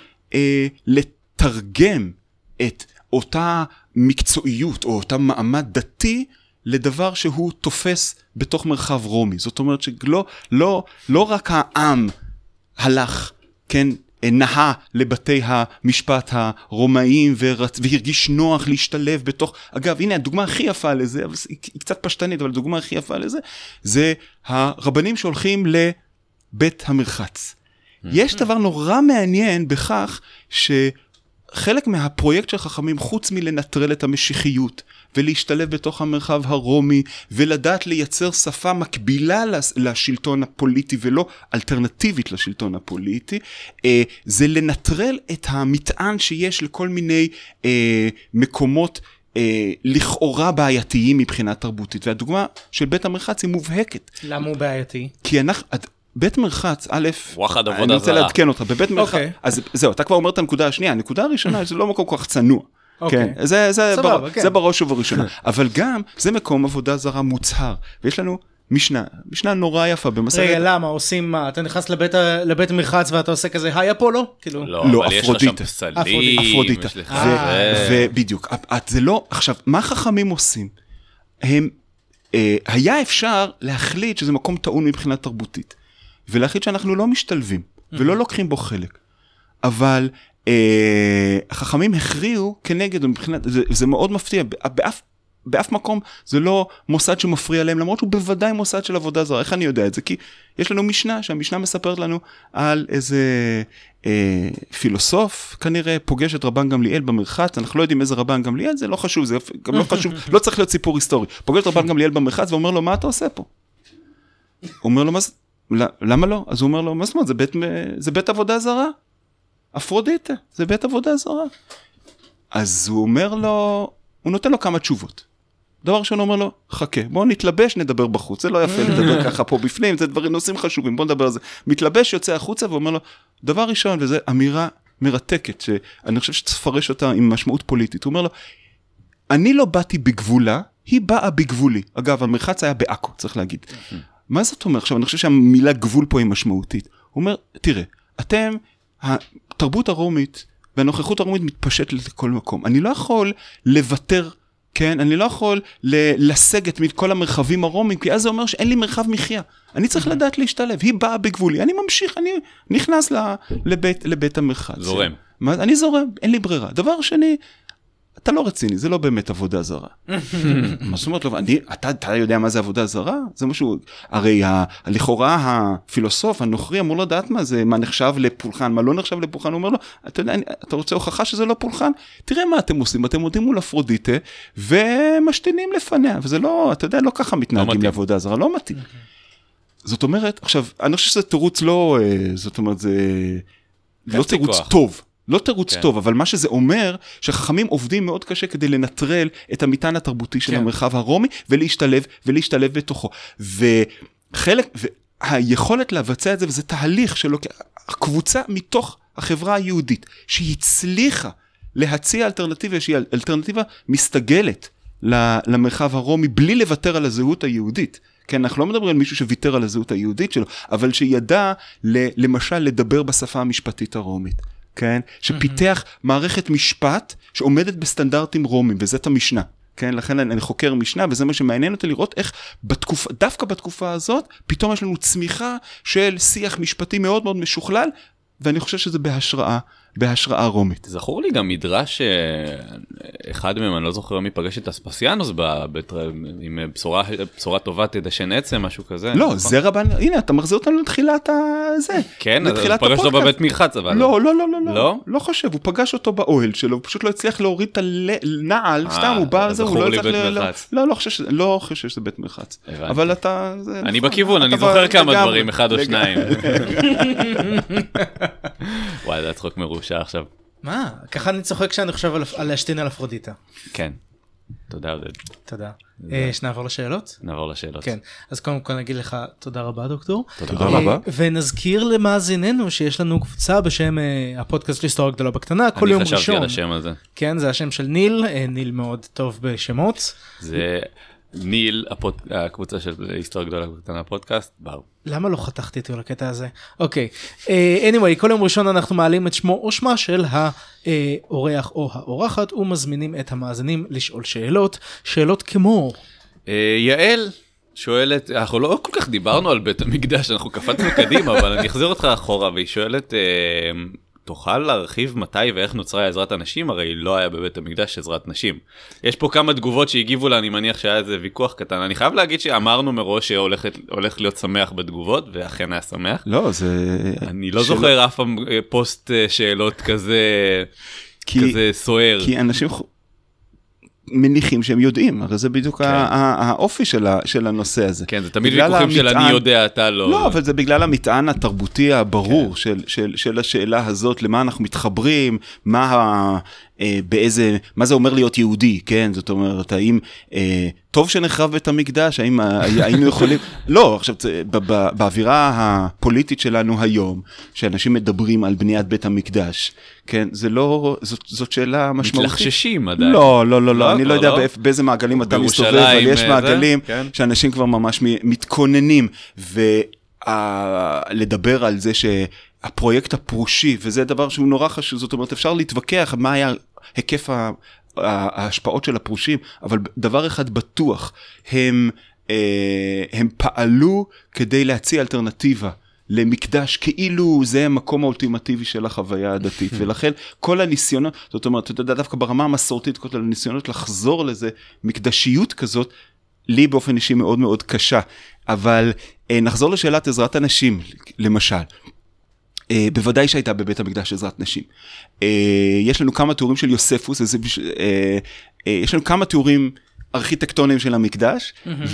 לתרגם את אותה מקצועיות או אותה מעמד דתי, לדבר שהוא תופס בתוך מרחב רומי. זאת אומרת שלא רק העם הלך, כן, נהה לבתי המשפט הרומאיים והרגיש נוח להשתלב בתוך, אגב, הנה הדוגמה הכי יפה לזה, אבל היא קצת פשטנית, אבל הדוגמה הכי יפה לזה, זה הרבנים שהולכים לבית המרחץ. יש דבר נורא מעניין בכך שחלק מהפרויקט של חכמים, חוץ מלנטרל את המשיחיות, ולהשתלב בתוך המרחב הרומי, ולדעת לייצר שפה מקבילה לשלטון הפוליטי, ולא אלטרנטיבית לשלטון הפוליטי, זה לנטרל את המטען שיש לכל מיני מקומות לכאורה בעייתיים מבחינה תרבותית. והדוגמה של בית המרחץ היא מובהקת. למה הוא בעייתי? כי בית מרחץ, א', אני רוצה לעדכן אותך, בבית מרחץ, אז זהו, אתה כבר אומר את הנקודה השנייה, הנקודה הראשונה, זה לא מקום כל כך צנוע. כן, זה בראש ובראשונה. אבל גם, זה מקום עבודה זרה מוצהר, ויש לנו משנה נורא יפה במסכת. רגע, למה? עושים מה? אתה נכנס לבית מרחץ ואתה עושה כזה, היה פה לא? לא, אבל יש לך שם פסלים. אפרודיטה. ובדיוק, זה לא, עכשיו, מה חכמים עושים? היה אפשר להחליט שזה מקום טעון מבחינה תרבותית, ולהחליט שאנחנו לא משתלבים, ולא לוקחים בו חלק. אבל החכמים הכריעו כנגד, זה מאוד מפתיע, באף מקום זה לא מוסד שמפריע להם, למרות שהוא בוודאי מוסד של עבודה זרה. איך אני יודע את זה? כי יש לנו משנה, שהמשנה מספרת לנו על איזה פילוסוף, כנראה פוגש את רבן גמליאל במרחץ, אנחנו לא יודעים איזה רבן גמליאל, זה לא חשוב, זה גם לא חשוב, לא צריך להיות סיפור היסטורי. פוגש את רבן גמליאל במרחץ ואומר לו, מה אתה עושה פה? הוא אומר לו, למה לא? אז הוא אומר לו, מה זאת אומרת, זה בית עבודה זרה? אפרודיטה, זה בית עבודה זרה. אז הוא אומר לו, הוא נותן לו כמה תשובות. דבר ראשון אומר לו, חכה, בוא נתלבש, נדבר בחוץ. זה לא יפה לדבר ככה פה בפנים, זה דברים נושאים חשובים, בוא נדבר על זה. מתלבש, יוצא החוצה ואומר לו, דבר ראשון, וזו אמירה מרתקת, שאני חושב שתפרש אותה עם משמעות פוליטית. הוא אומר לו, אני לא באתי בגבולה, היא באה בגבולי. אגב, המרחץ היה בעכו, צריך להגיד. מה זאת אומרת? עכשיו, אני חושב שהמילה גבול פה היא משמעותית. הוא אומר, תראה, אתם, התרבות הרומית והנוכחות הרומית מתפשטת לכל מקום. אני לא יכול לוותר, כן? אני לא יכול לסגת מכל המרחבים הרומיים, כי אז זה אומר שאין לי מרחב מחיה. אני צריך לדעת להשתלב. היא באה בגבולי. אני ממשיך, אני נכנס לבית המרחץ. זורם. אני זורם, אין לי ברירה. דבר שני, אתה לא רציני, זה לא באמת עבודה זרה. מה זאת אומרת, אתה יודע מה זה עבודה זרה? זה משהו, הרי לכאורה הפילוסוף, הנוכרי, אמור לדעת מה זה, מה נחשב לפולחן, מה לא נחשב לפולחן, הוא אומר לו, אתה יודע, אתה רוצה הוכחה שזה לא פולחן? תראה מה אתם עושים, אתם עומדים מול אפרודיטה, ומשתינים לפניה, וזה לא, אתה יודע, לא ככה מתנהגים לעבודה זרה, לא מתאים. זאת אומרת, עכשיו, אני חושב שזה תירוץ לא, זאת אומרת, זה לא תירוץ טוב. לא תירוץ טוב, אבל מה שזה אומר, שחכמים עובדים מאוד קשה כדי לנטרל את המטען התרבותי של המרחב הרומי, ולהשתלב בתוכו. וחלק, היכולת לבצע את זה, וזה תהליך שלו, הקבוצה מתוך החברה היהודית, שהצליחה להציע אלטרנטיבה, שהיא אלטרנטיבה מסתגלת למרחב הרומי, בלי לוותר על הזהות היהודית. כן, אנחנו לא מדברים על מישהו שוויתר על הזהות היהודית שלו, אבל שידע, למשל, לדבר בשפה המשפטית הרומית. כן? שפיתח מערכת משפט שעומדת בסטנדרטים רומים, וזאת המשנה. כן? לכן אני חוקר משנה, וזה מה שמעניין אותי לראות איך דווקא בתקופה הזאת, פתאום יש לנו צמיחה של שיח משפטי מאוד מאוד משוכלל, ואני חושב שזה בהשראה רומית. זכור לי גם מדרש, אחד מהם, אני לא זוכר מי פגש את אספסיאנוס, עם בשורה טובה תדשן עצם, משהו כזה. לא, זה רבן, הנה, אתה מחזיר אותנו לתחילת זה. כן, אז הוא פגש אותו בבית מרחץ, אבל. לא חושב, הוא פגש אותו באוהל שלו, הוא פשוט לא הצליח להוריד את הנעל, סתם הוא בא על זה, הוא לא הצליח לא חושב שזה בית מרחץ. אבל אתה... אני בכיוון, אני זוכר כמה דברים, אחד או שניים. וואי, זה צחוק מרושע עכשיו. מה? ככה אני צוחק כשאני חושב על להשתין על אפרודיטה. כן. תודה עודד. תודה. שנעבור לשאלות? נעבור לשאלות. כן, אז קודם כל נגיד לך תודה רבה דוקטור. תודה רבה. ונזכיר למאזיננו שיש לנו קבוצה בשם הפודקאסט להיסטוריה גדולה בקטנה, כל יום ראשון. אני חשבתי על השם הזה. כן, זה השם של ניל, ניל מאוד טוב בשמות. זה ניל, הקבוצה של היסטוריה גדולה בקטנה הפודקאסט, באו. למה לא חתכתי אותו לקטע הזה? אוקיי. anyway, כל יום ראשון אנחנו מעלים את שמו או שמה של האורח או האורחת, ומזמינים את המאזינים לשאול שאלות. שאלות כמו... יעל שואלת, אנחנו לא כל כך דיברנו על בית המקדש, אנחנו קפצנו קדימה, אבל אני אחזיר אותך אחורה, והיא שואלת, תוכל להרחיב מתי ואיך נוצרה עזרת הנשים? הרי לא היה בבית המקדש עזרת נשים. יש פה כמה תגובות שהגיבו לה, אני מניח שהיה איזה ויכוח קטן. אני חייב להגיד שאמרנו מראש שהולך להיות שמח בתגובות, ואכן היה שמח. לא, זה... אני לא זוכר אף פעם פוסט שאלות כזה סוער. כי אנשים מניחים שהם יודעים, הרי זה בדיוק האופי של הנושא הזה. כן, זה תמיד ויכוחים של אני יודע, אתה לא. לא, אבל זה בגלל המטען התרבותי הברור של השאלה הזאת, למה אנחנו מתחברים, מה זה אומר להיות יהודי, כן? זאת אומרת, האם טוב שנחרב בית המקדש, האם היינו יכולים... לא, עכשיו, באווירה הפוליטית שלנו היום, שאנשים מדברים על בניית בית המקדש, כן? זה לא... זאת שאלה משמעותית. מתלחששים עדיין. לא, אני לא יודע באיזה מעגלים אתה מסתובב, אבל יש מעגלים שאנשים כבר ממש מתכוננים, ולדבר על זה שהפרויקט הפרושי, וזה דבר שהוא נורא חשוב, זאת אומרת, אפשר להתווכח מה היה היקף ההשפעות של הפרושים, אבל דבר אחד בטוח, הם פעלו כדי להציע אלטרנטיבה למקדש, כאילו זה המקום האולטימטיבי של החוויה הדתית, ולכן כל הניסיונות, זאת אומרת, אתה יודע, דווקא ברמה המסורתית, כל הניסיונות לחזור לזה, מקדשיות כזאת, לי באופן אישי מאוד מאוד קשה, אבל נחזור לשאלת עזרת הנשים, למשל, בוודאי שהייתה בבית המקדש עזרת נשים. יש לנו כמה תיאורים של יוספוס, יש לנו כמה תיאורים ארכיטקטוניים של המקדש,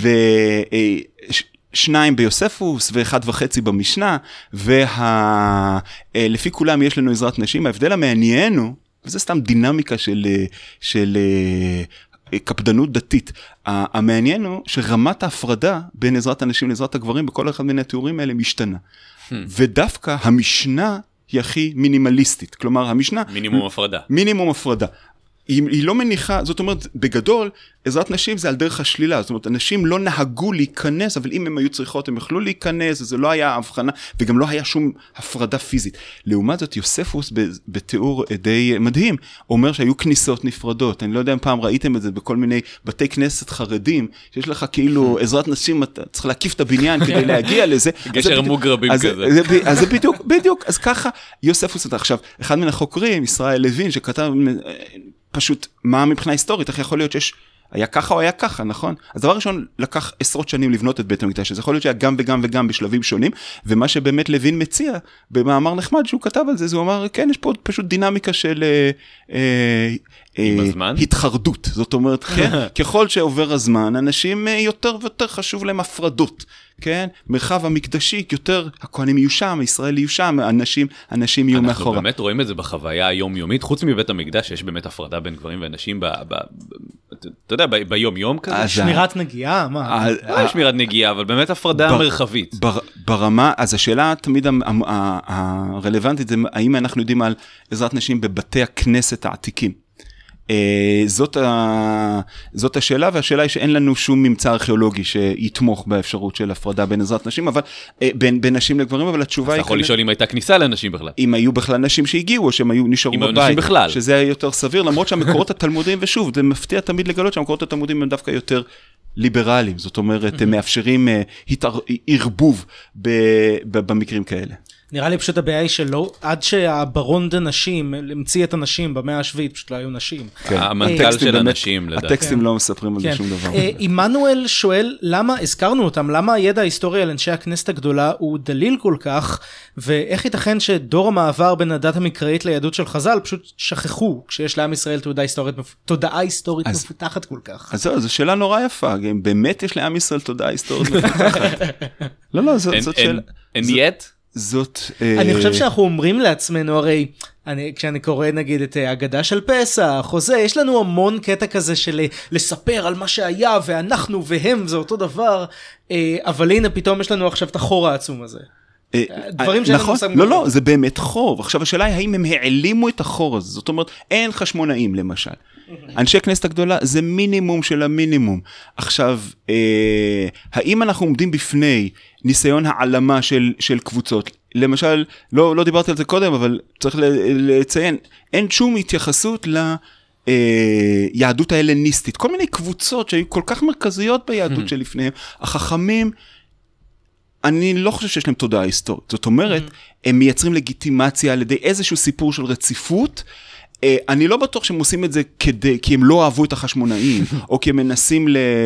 ושניים ביוספוס ו1.5 במשנה, ולפי כולם יש לנו עזרת נשים. ההבדל המעניין הוא, וזה סתם דינמיקה של קפדנות דתית, המעניין הוא שרמת ההפרדה בין עזרת הנשים לעזרת הגברים בכל אחד מן התיאורים האלה משתנה. ודווקא המשנה היא הכי מינימליסטית, כלומר המשנה... מינימום הפרדה. היא לא מניחה, זאת אומרת, בגדול, עזרת נשים זה על דרך השלילה, זאת אומרת, אנשים לא נהגו להיכנס, אבל אם הם היו צריכות, הם יכלו להיכנס, זה לא היה הבחנה, וגם לא היה שום הפרדה פיזית. לעומת זאת, יוספוס בתיאור די מדהים, אומר שהיו כניסות נפרדות, אני לא יודע אם פעם ראיתם את זה בכל מיני בתי כנסת חרדים, שיש לך כאילו עזרת נשים, אתה צריך להקיף את הבניין כדי להגיע לזה. גשר מוגרבים כזה. אז זה בדיוק, אז ככה יוספוס, עכשיו, אחד מן החוקרים, ישראל לוין, שכתב פשוט מה מבחינה היסטורית, איך יכול להיות שיש, היה ככה או היה ככה, נכון? אז דבר ראשון, לקח עשרות שנים לבנות את בית המקדש, אז יכול להיות שהיה גם וגם וגם בשלבים שונים, ומה שבאמת לוין מציע, במאמר נחמד שהוא כתב על זה, הוא אמר, כן, יש פה פשוט דינמיקה של התחרדות, זאת אומרת, ככל שעובר הזמן, אנשים יותר ויותר חשוב להם הפרדות, כן? מרחב המקדשי, יותר הכהנים יהיו שם, ישראל יהיו שם, אנשים יהיו מאחורה. אנחנו באמת רואים את זה בחוויה היומיומית, חוץ מבית המקדש, יש באמת הפרדה בין גברים ואנשים, אתה יודע, ביום-יום כזה. שמירת נגיעה, מה? לא שמירת נגיעה, אבל באמת הפרדה מרחבית. ברמה, אז השאלה תמיד הרלוונטית, זה האם אנחנו יודעים על עזרת נשים בבתי הכנסת העתיקים. זאת השאלה, והשאלה היא שאין לנו שום ממצא ארכיאולוגי שיתמוך באפשרות של הפרדה בין עזרת נשים, אבל בין נשים לגברים, אבל התשובה היא... אתה יכול לשאול אם הייתה כניסה לנשים בכלל. אם היו בכלל נשים שהגיעו, או שהם נשארו בבית, שזה היה יותר סביר, למרות שהמקורות התלמודיים, ושוב, זה מפתיע תמיד לגלות שהמקורות התלמודיים הם דווקא יותר ליברליים, זאת אומרת, מאפשרים ערבוב במקרים כאלה. נראה לי פשוט הבעיה היא שלא, עד שהברון דה נשים המציא את הנשים במאה השביעית, פשוט לא היו נשים. המנכ"ל של הנשים, לדעתי. הטקסטים לא מספרים על זה שום דבר. עמנואל שואל, למה, הזכרנו אותם, למה הידע ההיסטורי על אנשי הכנסת הגדולה הוא דליל כל כך, ואיך ייתכן שדור המעבר בין הדת המקראית ליהדות של חז"ל פשוט שכחו, כשיש לעם ישראל תודעה היסטורית מפותחת כל כך. אז זו שאלה נורא יפה, באמת יש לעם ישראל תודעה היסטורית מפותחת. לא, זאת שאלה. And yet? זאת... אני חושב שאנחנו אומרים לעצמנו, הרי כשאני קורא נגיד את אגדה של פסח, או זה, יש לנו המון קטע כזה של לספר על מה שהיה, ואנחנו והם זה אותו דבר, אבל הנה פתאום יש לנו עכשיו את החור העצום הזה. דברים שאין נכון, לא, זה באמת חור. עכשיו השאלה היא האם הם העלימו את החור הזה, זאת אומרת, אין חשמונאים למשל. אנשי כנסת הגדולה זה מינימום של המינימום. עכשיו, האם אנחנו עומדים בפני ניסיון העלמה של קבוצות? למשל, לא דיברתי על זה קודם, אבל צריך לציין, אין שום התייחסות ליהדות ההלניסטית. כל מיני קבוצות שהיו כל כך מרכזיות ביהדות שלפניהם, החכמים, אני לא חושב שיש להם תודעה היסטורית. זאת אומרת, הם מייצרים לגיטימציה על ידי איזשהו סיפור של רציפות. אני לא בטוח שהם עושים את זה כי הם לא אהבו את החשמונאים, או כי הם מנסים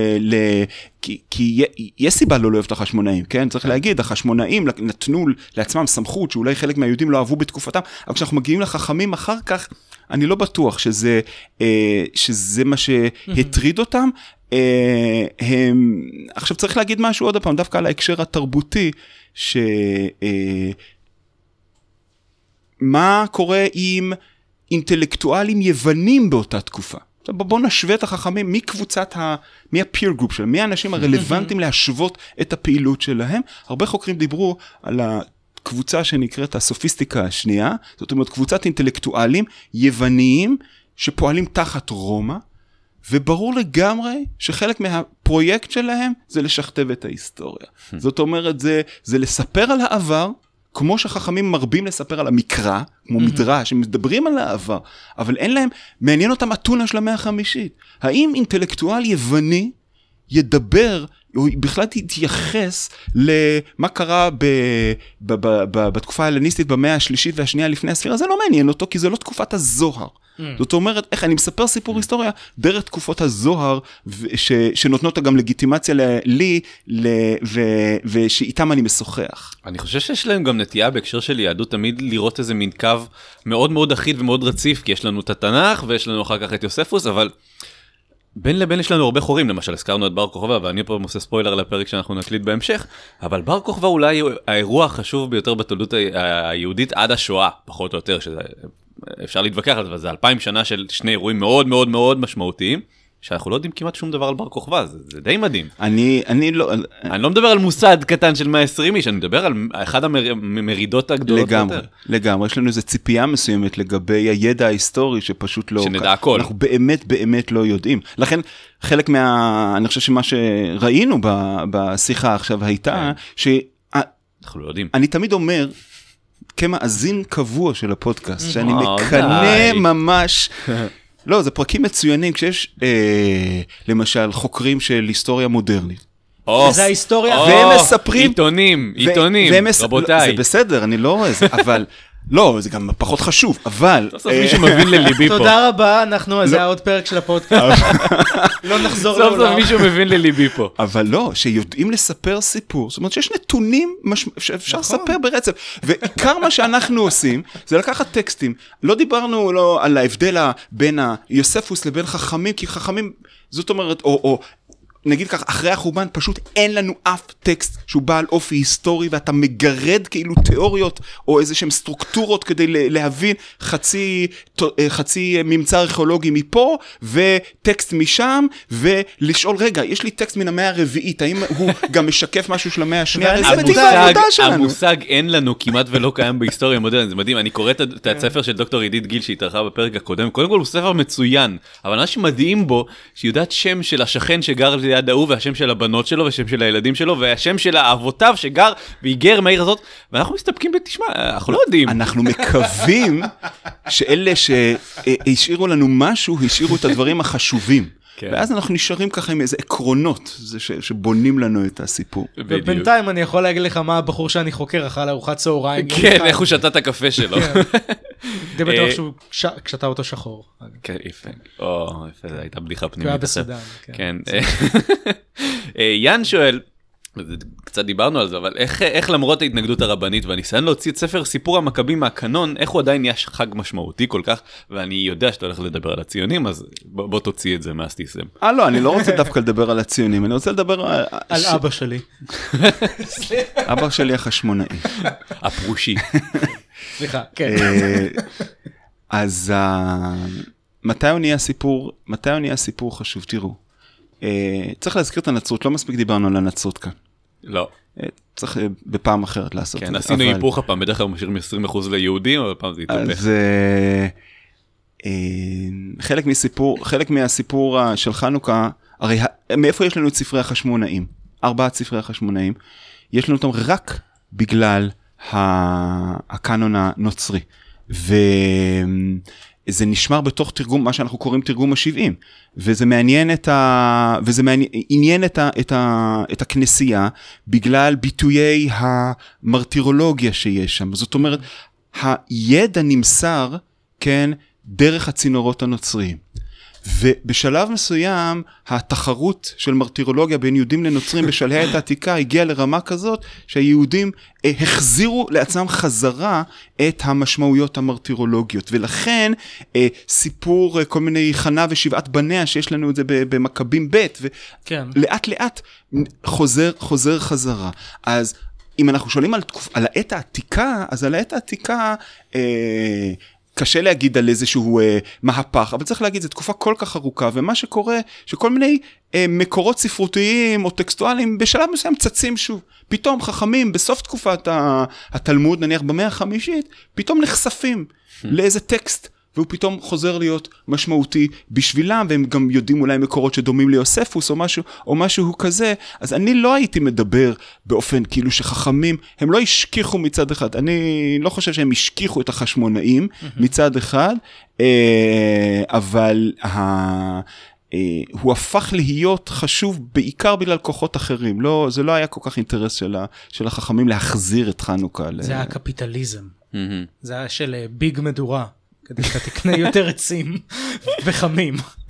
כי יש סיבה לא אוהב את החשמונאים, כן? צריך להגיד, החשמונאים נתנו לעצמם סמכות, שאולי חלק מהיהודים לא אהבו בתקופתם, אבל כשאנחנו מגיעים לחכמים אחר כך, אני לא בטוח שזה מה שהטריד אותם. עכשיו צריך להגיד משהו עוד פעם, דווקא על ההקשר התרבותי, מה קורה עם אינטלקטואלים יוונים באותה תקופה? בואו נשווה את החכמים מי ה-peer group שלהם, מי האנשים הרלוונטיים להשוות את הפעילות שלהם. הרבה חוקרים דיברו על הקבוצה שנקראת הסופיסטיקה השנייה, זאת אומרת קבוצת אינטלקטואלים יווניים שפועלים תחת רומא, וברור לגמרי שחלק מהפרויקט שלהם זה לשכתב את ההיסטוריה. זאת אומרת, זה לספר על העבר, כמו שחכמים מרבים לספר על המקרא, כמו מדרש, הם מדברים על העבר, אבל אין להם, מעניין אותם אתונה של המאה החמישית. האם אינטלקטואל יווני ידבר, או בכלל תתייחס למה קרה בתקופה ההלניסטית במאה השלישית והשנייה לפני הספירה? זה לא מעניין אותו, כי זה לא תקופת הזוהר. זאת אומרת, איך אני מספר סיפור היסטוריה דרך תקופות הזוהר, שנותנות גם לגיטימציה לי, ושאיתם אני משוחח. אני חושב שיש להם גם נטייה בהקשר של יהדות, תמיד לראות איזה מין קו מאוד מאוד אחיד ומאוד רציף, כי יש לנו את התנ"ך, ויש לנו אחר כך את יוספוס, אבל בין לבין יש לנו הרבה חורים, למשל הזכרנו את בר כוכבא, ואני פה עושה ספוילר לפרק שאנחנו נקליט בהמשך, אבל בר כוכבא אולי האירוע החשוב ביותר בתולדות היהודית עד השואה, פחות או יותר, שזה אפשר להתווכח על זה, אבל זה 2000 שנה של שני אירועים מאוד מאוד מאוד משמעותיים, שאנחנו לא יודעים כמעט שום דבר על בר כוכבא, זה די מדהים. אני לא מדבר על מוסד קטן של 120 איש, אני מדבר על אחד המרידות הגדולות יותר. לגמרי, יש לנו איזו ציפייה מסוימת לגבי הידע ההיסטורי שפשוט לא... שנדע הכל. אנחנו באמת לא יודעים. לכן, חלק אני חושב שמה שראינו בשיחה עכשיו הייתה, אנחנו לא יודעים. אני תמיד אומר, כמאזין קבוע של הפודקאסט, שאני מקנה ממש... לא, זה פרקים מצוינים, כשיש למשל חוקרים של היסטוריה מודרנית. זה ההיסטוריה. והם מספרים... עיתונים, רבותיי. זה בסדר, אני לא רואה זה, אבל... לא, זה גם פחות חשוב, אבל... סוף מישהו מבין לליבי פה. תודה רבה, זה עוד פרק של הפודקאסט. לא נחזור לעולם. סוף מישהו מבין לליבי פה. אבל לא, שיודעים לספר סיפור, זאת אומרת שיש נתונים שאפשר לספר ברצף, ועיקר מה שאנחנו עושים, זה לקחת טקסטים. לא דיברנו על ההבדל בין יוספוס לבין חכמים, כי חכמים, זאת אומרת, או... נגיד כך, אחרי החורבן פשוט אין לנו אף טקסט שהוא בעל אופי היסטורי, ואתה מגרד כאילו תיאוריות, או איזה שהן סטרוקטורות כדי להבין חצי ממצא ארכיאולוגי מפה, וטקסט משם, ולשאול, רגע, יש לי טקסט מן המאה הרביעית, האם הוא גם משקף משהו של המאה השנייה? המושג אין לנו כמעט ולא קיים בהיסטוריה מודרנית, זה מדהים, אני קורא את הספר של דוקטור עידית גיל שהתארחה בפרק הקודם, קודם כל הוא ספר מצוין, אבל מה שמדהים בו, שיודעת שם של השכן שגר ליד ההוא, והשם של הבנות שלו, והשם של הילדים שלו, והשם של האבותיו שגר והיגר מהעיר הזאת, ואנחנו מסתפקים בתשמע, אנחנו לא יודעים. אנחנו מקווים שאלה שהשאירו לנו משהו, השאירו את הדברים החשובים. ואז אנחנו נשארים ככה עם איזה עקרונות, שבונים לנו את הסיפור. ובינתיים אני יכול להגיד לך מה הבחור שאני חוקר אחר לארוחת צהריים. כן, איך הוא שתה את הקפה שלו. די בטוח שהוא שתה אותו שחור. כן, יפה. יפה, זו הייתה בדיחה פנימית. הוא היה בסודן. כן. יאן שואל, קצת דיברנו על זה, אבל איך למרות ההתנגדות הרבנית והניסיון להוציא את ספר סיפור המכבים מהקנון, איך הוא עדיין יש חג משמעותי כל כך, ואני יודע שאתה הולך לדבר על הציונים, אז בוא תוציא את זה מהסטיסם. לא, אני לא רוצה דווקא לדבר על הציונים, אני רוצה לדבר על אבא שלי. אבא שלי החשמונאי. הפרושי. סליחה, כן. אז מתי הוא נהיה סיפור חשוב? תראו, צריך להזכיר את הנצרות, לא מספיק דיברנו על הנצרות כאן. לא. צריך בפעם אחרת לעשות את זה. כן, עשינו היפוך הפעם, בדרך כלל משאירים 20% ליהודים, אבל פעם זה יתהפך. אז חלק מהסיפור של חנוכה, הרי מאיפה יש לנו את ספרי החשמונאים? 4 ספרי החשמונאים, יש לנו אותם רק בגלל הקאנון הנוצרי. וזה נשמר בתוך תרגום, מה שאנחנו קוראים תרגום ה-70, וזה עניין את הכנסייה, בגלל ביטויי המרטירולוגיה שיש שם. זאת אומרת, הידע נמסר, כן, דרך הצינורות הנוצריים. ובשלב מסוים, התחרות של מרטירולוגיה בין יהודים לנוצרים בשלהי העת העתיקה הגיעה לרמה כזאת, שהיהודים החזירו לעצמם חזרה את המשמעויות המרטירולוגיות. ולכן, סיפור כל מיני חנה ושבעת בניה, שיש לנו את זה במכבים ב' ולאט לאט חוזר חזרה. אז אם אנחנו שואלים על העת העתיקה, אז על העת העתיקה, קשה להגיד על איזשהו מהפך, אבל צריך להגיד, זו תקופה כל כך ארוכה, ומה שקורה, שכל מיני מקורות ספרותיים או טקסטואליים, בשלב מסוים צצים שוב. פתאום חכמים, בסוף תקופת התלמוד, נניח במאה החמישית, פתאום נחשפים לאיזה טקסט, והוא פתאום חוזר להיות משמעותי בשבילם, והם גם יודעים אולי מקורות שדומים ליוספוס או משהו כזה, אז אני לא הייתי מדבר באופן כאילו שחכמים, הם לא השכיחו מצד אחד, אני לא חושב שהם השכיחו את החשמונאים מצד אחד, אבל הוא הפך להיות חשוב בעיקר בגלל כוחות אחרים, זה לא היה כל כך אינטרס של החכמים להחזיר את חנוכה. זה היה קפיטליזם, זה היה של ביג מדורה. כדי שאתה תקנה יותר עצים וחמים.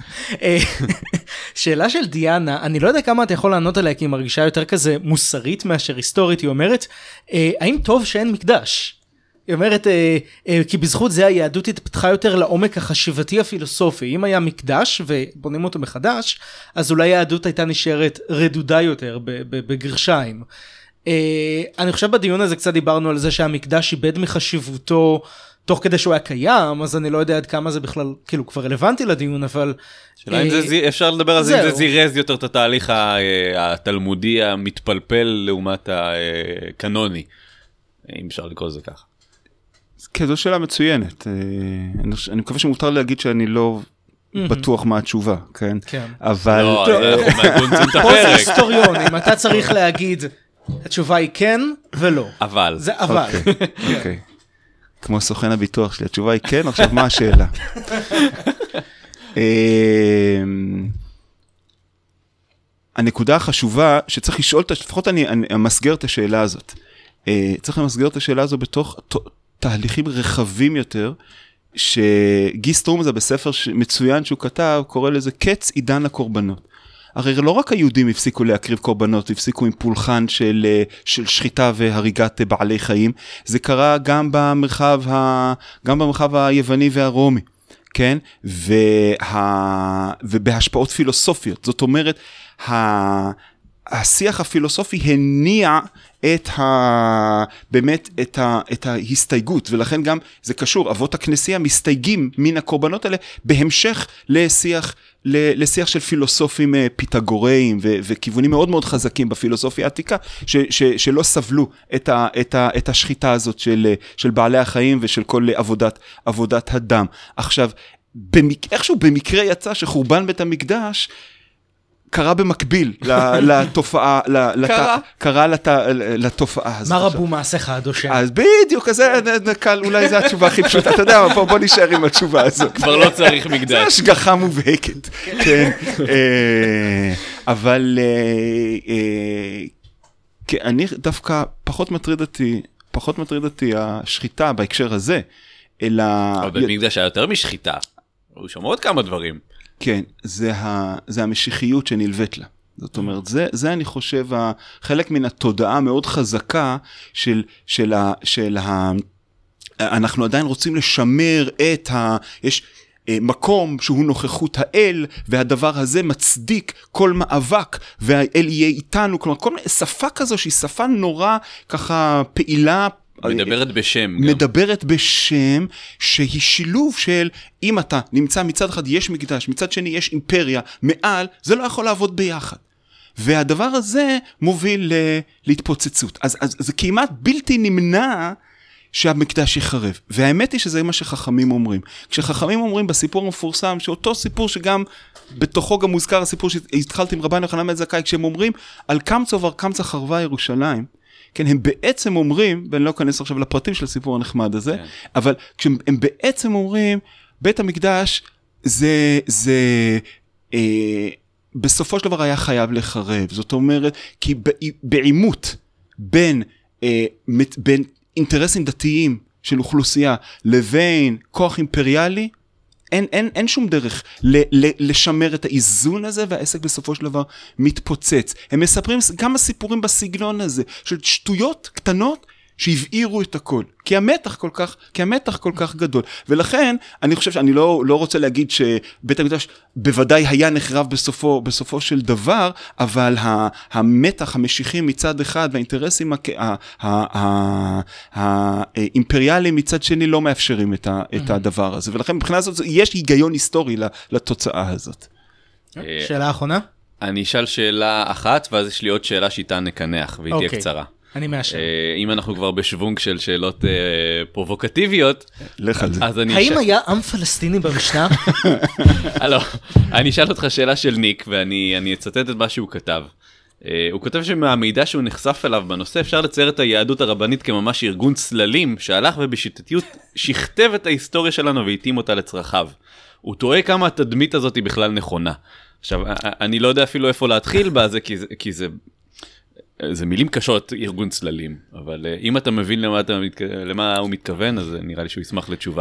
שאלה של דיאנה, אני לא יודע כמה אתה יכול לענות עליה, כי היא מרגישה יותר כזה מוסרית מאשר היסטורית. היא אומרת, האם טוב שאין מקדש? היא אומרת, כי בזכות זה היהדות התפתחה יותר לעומק החשיבתי הפילוסופי. אם היה מקדש ובונים אותו מחדש, אז אולי היהדות הייתה נשארת רדודה יותר בגרשיים. אני חושב בדיון הזה קצת דיברנו על זה שהמקדש איבד מחשיבותו, תוך כדי שהוא היה קיים, אז אני לא יודע עד כמה זה בכלל, כאילו, כבר רלוונטי לדיון, אבל... שאלה אם אפשר לדבר על זה, אם זה זירז יותר את התהליך התלמודי המתפלפל לעומת הקנוני, אם אפשר לקרוא זה ככה. כן, זו שאלה מצוינת. אני מקווה שמותר להגיד שאני לא בטוח מה התשובה, כן? כן. אבל... לא, אנחנו מהגונצים את הפרק. פה זה היסטוריון, אם אתה צריך להגיד, התשובה היא כן ולא. אבל. זה אבל. אוקיי. כמו סוכן הביטוח שלי, התשובה היא כן, עכשיו מה השאלה? הנקודה החשובה שצריך לשאול, לפחות אני אמסגר את השאלה הזאת, צריך למסגר את השאלה הזו בתוך תהליכים רחבים יותר, שגי סטרומזה בספר מצוין שהוא כתב, קורא לזה קץ עידן הקורבנות. הרי לא רק היהודים הפסיקו להקריב קורבנות, הפסיקו עם פולחן של שחיטה והריגת בעלי חיים, זה קרה גם במרחב היווני והרומי, כן? ובהשפעות פילוסופיות. זאת אומרת, השיח הפילוסופי הניע באמת את ההסתייגות, ולכן גם זה קשור, אבות הכנסייה מסתייגים מן הקורבנות האלה, בהמשך לשיח של פילוסופים פיתגוריים, וכיוונים מאוד מאוד חזקים בפילוסופיה העתיקה, שלא סבלו את השחיטה הזאת של בעלי החיים, ושל כל עבודת הדם. עכשיו, איכשהו במקרה יצא שחורבן בית המקדש, קרה במקביל לתופעה, קרה לתופעה הזאת. מה רבו מעשיך הדושן? אז בדיוק, אולי זו התשובה הכי פשוטה, אתה יודע, בוא נשאר עם התשובה הזאת. כבר לא צריך מקדש. זה השגחה מובהקת, כן. אבל אני דווקא פחות מטריד אותי השחיטה בהקשר הזה, אלא... אבל במקדש היה יותר משחיטה, הוא שם עוד כמה דברים. כן, זה המשיחיות שנלווית לה. זאת אומרת, זה אני חושב, חלק מן התודעה מאוד חזקה אנחנו עדיין רוצים לשמר יש מקום שהוא נוכחות האל, והדבר הזה מצדיק כל מאבק, והאל יהיה איתנו, כלומר, כל שפה כזו שהיא שפה נורא ככה פעילה, מדברת בשם. מדברת בשם, שהיא שילוב של, אם אתה נמצא מצד אחד יש מקדש, מצד שני יש אימפריה, מעל, זה לא יכול לעבוד ביחד. והדבר הזה מוביל להתפוצצות. אז זה כמעט בלתי נמנע שהמקדש יחרב. והאמת היא שזה מה שחכמים אומרים. כשחכמים אומרים בסיפור המפורסם, שאותו סיפור שגם בתוכו גם מוזכר הסיפור שהתחלתי עם רבן יוחנן בן זכאי, כשהם אומרים על קמצא ובר קמצא חרבה ירושלים, כן, הם בעצם אומרים, ואני לא אכנס עכשיו לפרטים של הסיפור הנחמד הזה, אבל כשהם בעצם אומרים, בית המקדש בסופו של דבר היה חייב לחרב. זאת אומרת, כי בעימות בין אינטרסים דתיים של אוכלוסייה לבין כוח אימפריאלי, אין שום דרך לשמר את האיזון הזה, והעסק בסופו של דבר מתפוצץ. הם מספרים כמה סיפורים בסגנון הזה, של שטויות קטנות שהבעירו את הכל. כי המתח כל כך גדול. ולכן, אני חושב שאני לא רוצה להגיד שבית המקדש בוודאי היה נחרב בסופו של דבר, אבל המתח המשיחי מצד אחד, והאינטרסים האימפריאליים מצד שני לא מאפשרים את הדבר הזה. ולכן מבחינה הזאת יש היגיון היסטורי לתוצאה הזאת. שאלה האחרונה? אני אשאל שאלה אחת, ואז יש לי עוד שאלה שאיתה נקנח, והיא תהיה קצרה. אני מאשר. אם אנחנו כבר בשוונג של שאלות פרובוקטיביות, לך על זה. האם היה עם פלסטיני במשנה? לא, אני אשאל אותך שאלה של ניק, ואני אצטט את מה שהוא כתב. הוא כותב שמהמידע שהוא נחשף אליו בנושא, אפשר לצייר את היהדות הרבנית כממש ארגון צללים, שהלך ובשיטתיות שכתב את ההיסטוריה שלנו והתאים אותה לצרכיו. הוא טועה כמה התדמית הזאת היא בכלל נכונה. עכשיו, אני לא יודע אפילו איפה להתחיל בה, כי זה מילים קשות, ארגון צללים, אבל אם אתה מבין למה הוא מתכוון, אז נראה לי שהוא ישמח לתשובה.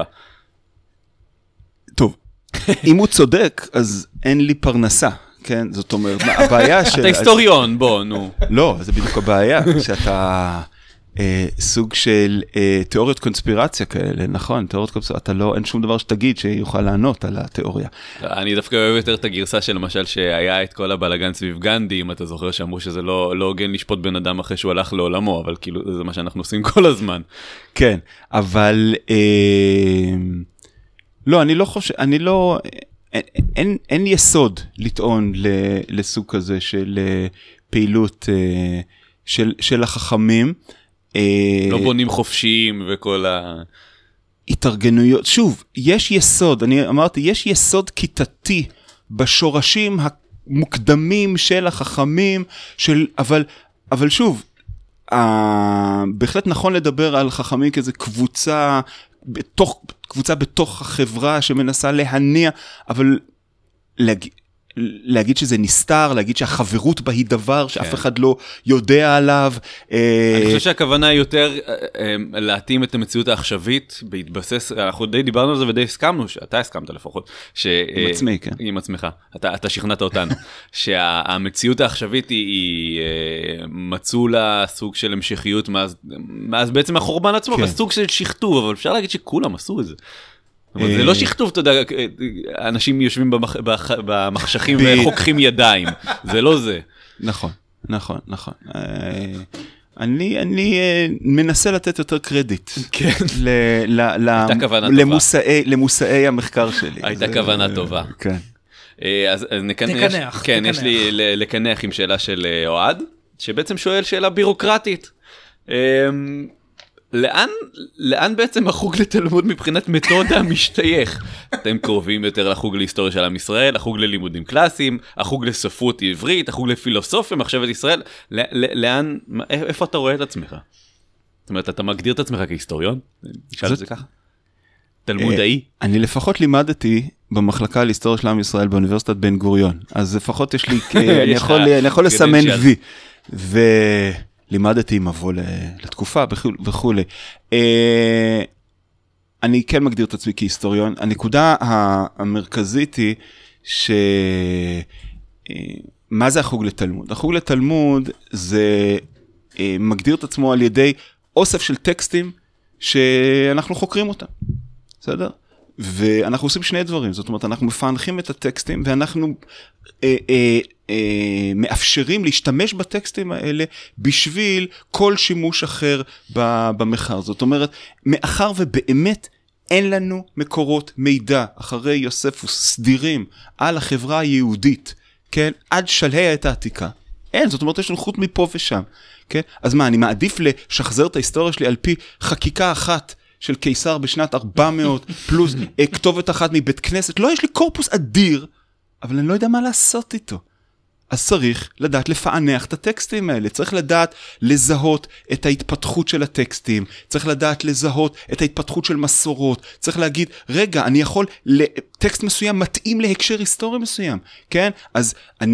טוב, אם הוא צודק, אז אין לי פרנסה, כן? זאת אומרת, הבעיה של... אתה היסטוריון, בוא, נו. לא, זה בדיוק הבעיה, שאתה סוג של תיאוריות קונספירציה כאלה, נכון, תיאוריות קונספירציה, אתה לא, אין שום דבר שתגיד שיוכל לענות על התיאוריה. אני דווקא אוהב יותר את הגרסה של למשל שהיה את כל הבלגן סביב גנדי, אם אתה זוכר שאמרו שזה לא הוגן לשפוט בן אדם אחרי שהוא הלך לעולמו, אבל כאילו זה מה שאנחנו עושים כל הזמן. כן, אבל לא, אני לא חושב, אין יסוד לטעון לסוג כזה של פעילות של החכמים. לא בונים חופשיים וכל התארגנויות. שוב, יש יסוד, אני אמרתי, יש יסוד כיתתי בשורשים המוקדמים של החכמים, אבל שוב, בהחלט נכון לדבר על חכמים כאיזו קבוצה בתוך החברה שמנסה להניע, אבל להגיד שזה נסתר, להגיד שהחברות בה היא דבר שאף אחד לא יודע עליו. אני חושב שהכוונה היא יותר להתאים את המציאות העכשווית, בהתבסס, אנחנו די דיברנו על זה ודי הסכמנו, שאתה הסכמת לפחות. עם עצמי, כן. עם עצמך, אתה שכנעת אותנו. שהמציאות העכשווית היא מצאו לה סוג של המשכיות, מאז בעצם החורבן עצמו, בסוג של שכתוב, אבל אפשר להגיד שכולם עשו את זה. זה לא שכתוב, אתה יודע, אנשים יושבים במחשכים וחוקכים ידיים, זה לא זה. נכון. אני מנסה לתת יותר קרדיט למושאי המחקר שלי. הייתה כוונה טובה. כן. אז נקנח. כן, יש לי לקנח עם שאלה של אוהד, שבעצם שואל שאלה בירוקרטית. לאן בעצם החוג לתלמוד מבחינת מתודה משתייך? אתם קרובים יותר לחוג להיסטוריה של עם ישראל, החוג ללימודים קלאסיים, החוג לספרות עברית, החוג לפילוסופיה, מחשבת ישראל, לאן, איפה אתה רואה את עצמך? זאת אומרת, אתה מגדיר את עצמך כהיסטוריון? נשאל את זה ככה? תלמודאי? אני לפחות לימדתי במחלקה להיסטוריה של עם ישראל באוניברסיטת בן גוריון, אז לפחות יש לי, אני יכול לסמן וי, לימדתי מבוא לתקופה וכו'. אני כן מגדיר את עצמי כהיסטוריון. הנקודה המרכזית היא מה זה החוג לתלמוד? החוג לתלמוד זה מגדיר את עצמו על ידי אוסף של טקסטים שאנחנו חוקרים אותם. בסדר? ואנחנו עושים שני דברים. זאת אומרת, אנחנו מפענחים את הטקסטים ואנחנו מאפשרים להשתמש בטקסטים האלה בשביל כל שימוש אחר במחקר. זאת אומרת, מאחר ובאמת אין לנו מקורות מידע אחרי יוספוס סדירים על החברה היהודית, כן? עד שלהי העת העתיקה. אין, זאת אומרת, יש לנו חוט מפה ושם. כן? אז מה, אני מעדיף לשחזר את ההיסטוריה שלי על פי חקיקה אחת של קיסר בשנת 400 פלוס כתובת אחת מבית כנסת? לא, יש לי קורפוס אדיר, אבל אני לא יודע מה לעשות איתו. אז צריך לדעת לפענח את הטקסטים האלה, צריך לדעת לזהות את ההתפתחות של הטקסטים, צריך לדעת לזהות את ההתפתחות של מסורות, צריך להגיד, רגע, אני יכול, טקסט מסוים מתאים להקשר היסטורי מסוים, כן? אז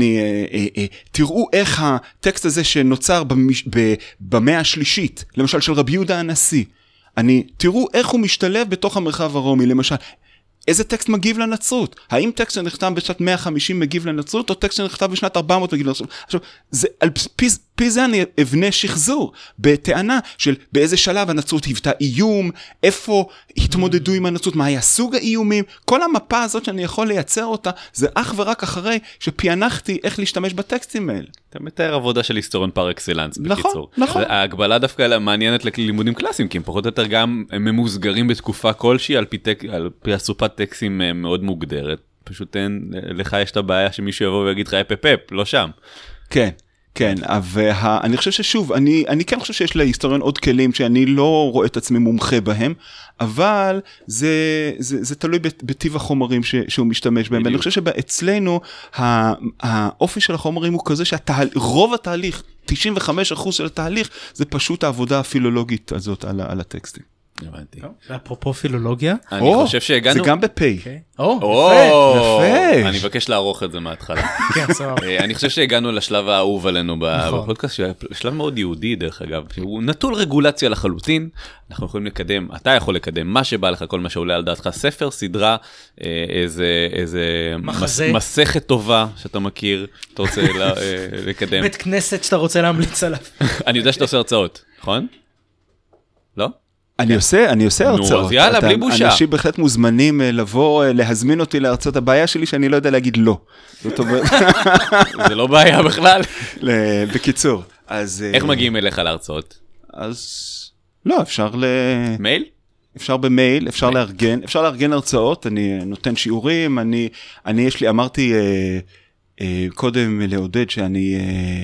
תראו איך הטקסט הזה שנוצר במאה השלישית, למשל של רבי יהודה הנשיא, תראו איך הוא משתלב בתוך המרחב הרומי, למשל, איזה טקסט מגיב לנצרות? האם טקסט שנכתב בשנת 150 מגיב לנצרות, או טקסט שנכתב בשנת 400 מגיב לנצרות? עכשיו, על פי זה אני אבנה שחזור, בטענה של באיזה שלב הנצרות היוותה איום, איפה התמודדו עם הנצרות, מה היה סוג האיומים, כל המפה הזאת שאני יכול לייצר אותה, זה אך ורק אחרי שפענחתי איך להשתמש בטקסטים האלה. אתה מתאר עבודה של היסטוריון פר אקסלנס, בקיצור. נכון. ההגבלה דווקא מעניינת ללימודים קלאסיים, כי הם פחות או יותר גם ממוסגרים בתקופה כלשהי, על פי אסופת טקסטים מאוד מוגדרת. פשוט לך יש את הבעיה שמישהו יבוא ויגיד לך אפ, לא שם. כן. כן, אבל אני חושב ששוב, אני כן חושב שיש להיסטוריון עוד כלים שאני לא רואה את עצמי מומחה בהם, אבל זה תלוי בטיב החומרים שהוא משתמש בהם. ואני חושב שאצלנו האופי של החומרים הוא כזה שרוב התהליך, 95% של התהליך, זה פשוט העבודה הפילולוגית הזאת על הטקסטים. הבנתי. אפרופו פילולוגיה? אני חושב שהגענו... זה גם בפי. יפה. אני מבקש לערוך את זה מההתחלה. אני חושב שהגענו לשלב האהוב עלינו בפודקאסט, שלב מאוד יהודי דרך אגב, שהוא נטול רגולציה לחלוטין, אנחנו יכולים לקדם, אתה יכול לקדם מה שבא לך, כל מה שעולה על דעתך, ספר, סדרה, איזה מסכת טובה שאתה מכיר, אתה רוצה לקדם. בית כנסת שאתה רוצה להמליץ עליו. אני יודע שאתה עושה הרצאות, נכון? לא? אני עושה הרצאות. נו, אז יאללה, בלי בושה. אנשים בהחלט מוזמנים לבוא, להזמין אותי להרצאות. הבעיה שלי שאני לא יודע להגיד לא. זאת אומרת... זה לא בעיה בכלל. בקיצור, אז... איך מגיעים אליך להרצאות? אז... לא, אפשר מייל? אפשר במייל, אפשר לארגן הרצאות, אני נותן שיעורים, אמרתי קודם לעודד שאני...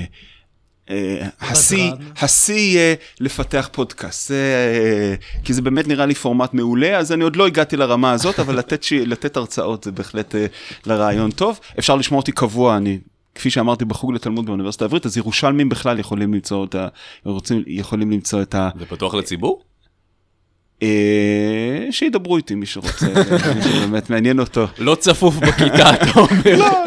השיא יהיה לפתח פודקאסט, כי זה באמת נראה לי פורמט מעולה, אז אני עוד לא הגעתי לרמה הזאת, אבל לתת הרצאות זה בהחלט לרעיון טוב. אפשר לשמוע אותי קבוע, כפי שאמרתי בחוג לתלמוד באוניברסיטה העברית, אז ירושלמים בכלל יכולים למצוא את ה... זה פתוח לציבור? שידברו איתי מי שרוצה, מי שבאמת מעניין אותו. לא צפוף בכיתה, אתה אומר. לא.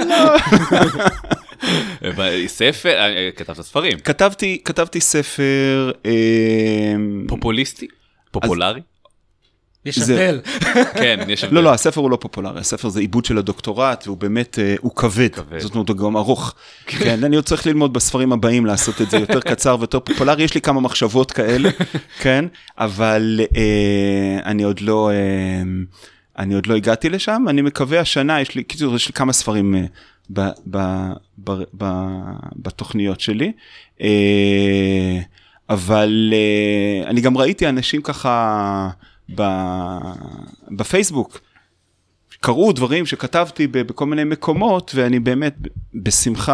ספר, כתבת ספרים. כתבתי ספר... פופוליסטי? פופולרי? יש הבדל. כן, יש הבדל. לא, הספר הוא לא פופולרי, הספר זה עיבוד של הדוקטורט, והוא באמת, הוא כבד. זאת אומרת, הוא גם ארוך. כן, אני עוד צריך ללמוד בספרים הבאים לעשות את זה יותר קצר ויותר פופולרי, יש לי כמה מחשבות כאלה, כן, אבל אני עוד לא הגעתי לשם, אני מקווה השנה, יש לי כמה ספרים בתוכניות שלי, אבל אני גם ראיתי אנשים ככה בפייסבוק, קראו דברים שכתבתי בכל מיני מקומות, ואני באמת בשמחה,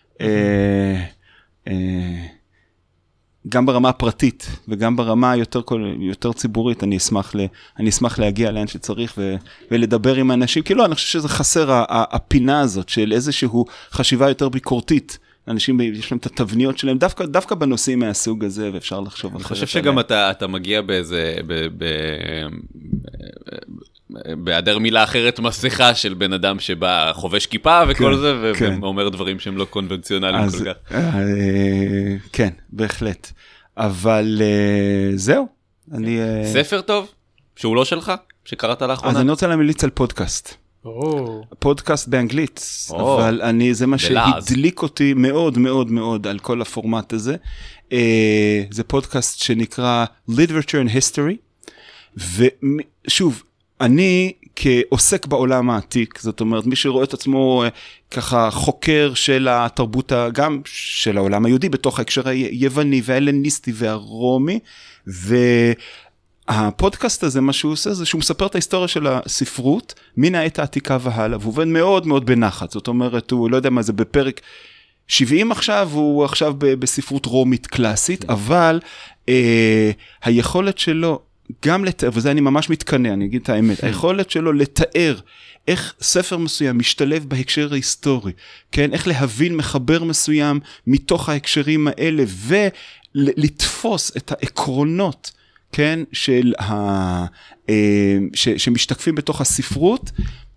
גם ברמה הפרטית, וגם ברמה יותר ציבורית, אני אשמח להגיע לאן שצריך, ולדבר עם אנשים, כי לא, אני חושב שזה חסר, הפינה הזאת, של איזשהו חשיבה יותר ביקורתית, אנשים יש להם את התבניות שלהם, דווקא בנושאים מהסוג הזה, ואפשר לחשוב אחרת. אני חושב שגם אתה מגיע באיזה, בהיעדר מילה אחרת, מסכה של בן אדם שבא חובש כיפה וכל זה, ואומר דברים שהם לא קונבנציונליים כל כך. כן, בהחלט. אבל זהו. ספר טוב, שהוא לא שלך, שקראת לאחרונה? אז אני רוצה להמליץ על פודקאסט. פודקאסט באנגלית, אבל זה מה שהדליק אותי מאוד מאוד מאוד על כל הפורמט הזה. זה פודקאסט שנקרא Literature and History, ושוב, אני כעוסק בעולם העתיק, זאת אומרת, מי שרואה את עצמו ככה חוקר של התרבות, גם של העולם היהודי, בתוך ההקשר היווני וההלניסטי והרומי, והפודקאסט הזה, מה שהוא עושה, זה שהוא מספר את ההיסטוריה של הספרות, מן העת העתיקה והלאה, והוא עובד מאוד מאוד בנחת, זאת אומרת, הוא לא יודע מה זה בפרק 70 עכשיו, הוא עכשיו בספרות רומית קלאסית, אבל היכולת שלו, גם לתאר, וזה אני ממש מתקנא, אני אגיד את האמת, היכולת שלו לתאר איך ספר מסוים משתלב בהקשר ההיסטורי, כן? איך להבין מחבר מסוים מתוך ההקשרים האלה, ולתפוס את העקרונות, כן? שמשתקפים בתוך הספרות,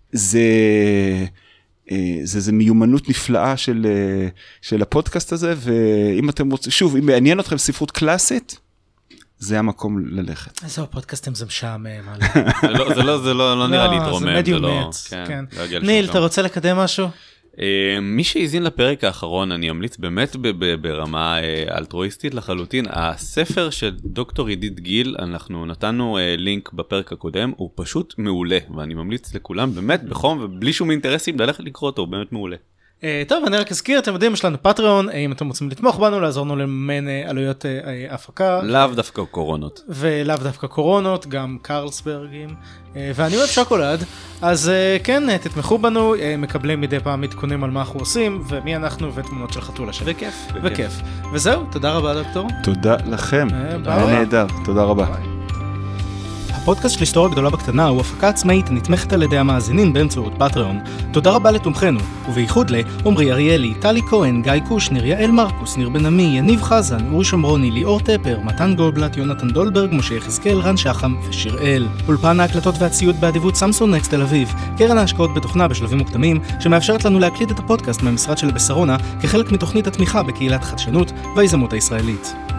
זה מיומנות נפלאה של הפודקאסט הזה, ואם אתם רוצים, שוב, אם מעניין אתכם ספרות קלאסית, זה המקום ללכת. איזה הפודקאסטים זה משעמם. זה לא נראה לי להתרומם. זה מדיום מעץ. ניל, אתה רוצה לקדם משהו? מי שהזין לפרק האחרון, אני אמליץ באמת ברמה אלטרואיסטית לחלוטין, הספר של דוקטור עידית גיל, אנחנו נתנו לינק בפרק הקודם, הוא פשוט מעולה, ואני ממליץ לכולם באמת בחום ובלי שום אינטרסים ללכת לקרוא אותו, הוא באמת מעולה. טוב, אני רק אזכיר, אתם יודעים, יש לנו פטריון, אם אתם רוצים לתמוך בנו, לעזור לנו לממן עלויות הפקה. לאו דווקא קורונות. ולאו דווקא קורונות, גם קרלסברגים. ואני אוהב שוקולד, אז כן, תתמכו בנו, מקבלים מדי פעם עדכונים על מה אנחנו עושים, ומי אנחנו ותמונות של חתולה שלי. וכיף. וזהו, תודה רבה דוקטור. תודה לכם. היה נהדר, תודה רבה. הפודקאסט של היסטוריה גדולה בקטנה הוא הפקה עצמאית הנתמכת על ידי המאזינים באמצעות פטריון. תודה רבה לתומכנו, ובייחוד לעומרי אריאלי, טלי כהן, גיא קושניר, יעל מרקוס, ניר בן עמי, יניב חזן, אורי שמרוני, ליאור טפר, מתן גולדבלט, יונתן דולברג, משה יחזקאל, רן שחם ושיראל. אולפן ההקלטות והציוד באדיבות סמסון נקסט תל אביב, קרן ההשקעות בתוכנה בשלבים מוקדמים, שמאפשרת לנו להקליט את הפודקאסט מהמשרד של בשרונה כחלק מתוכנית התמיכה בקהילת החדשנות והיזמות הישראלית.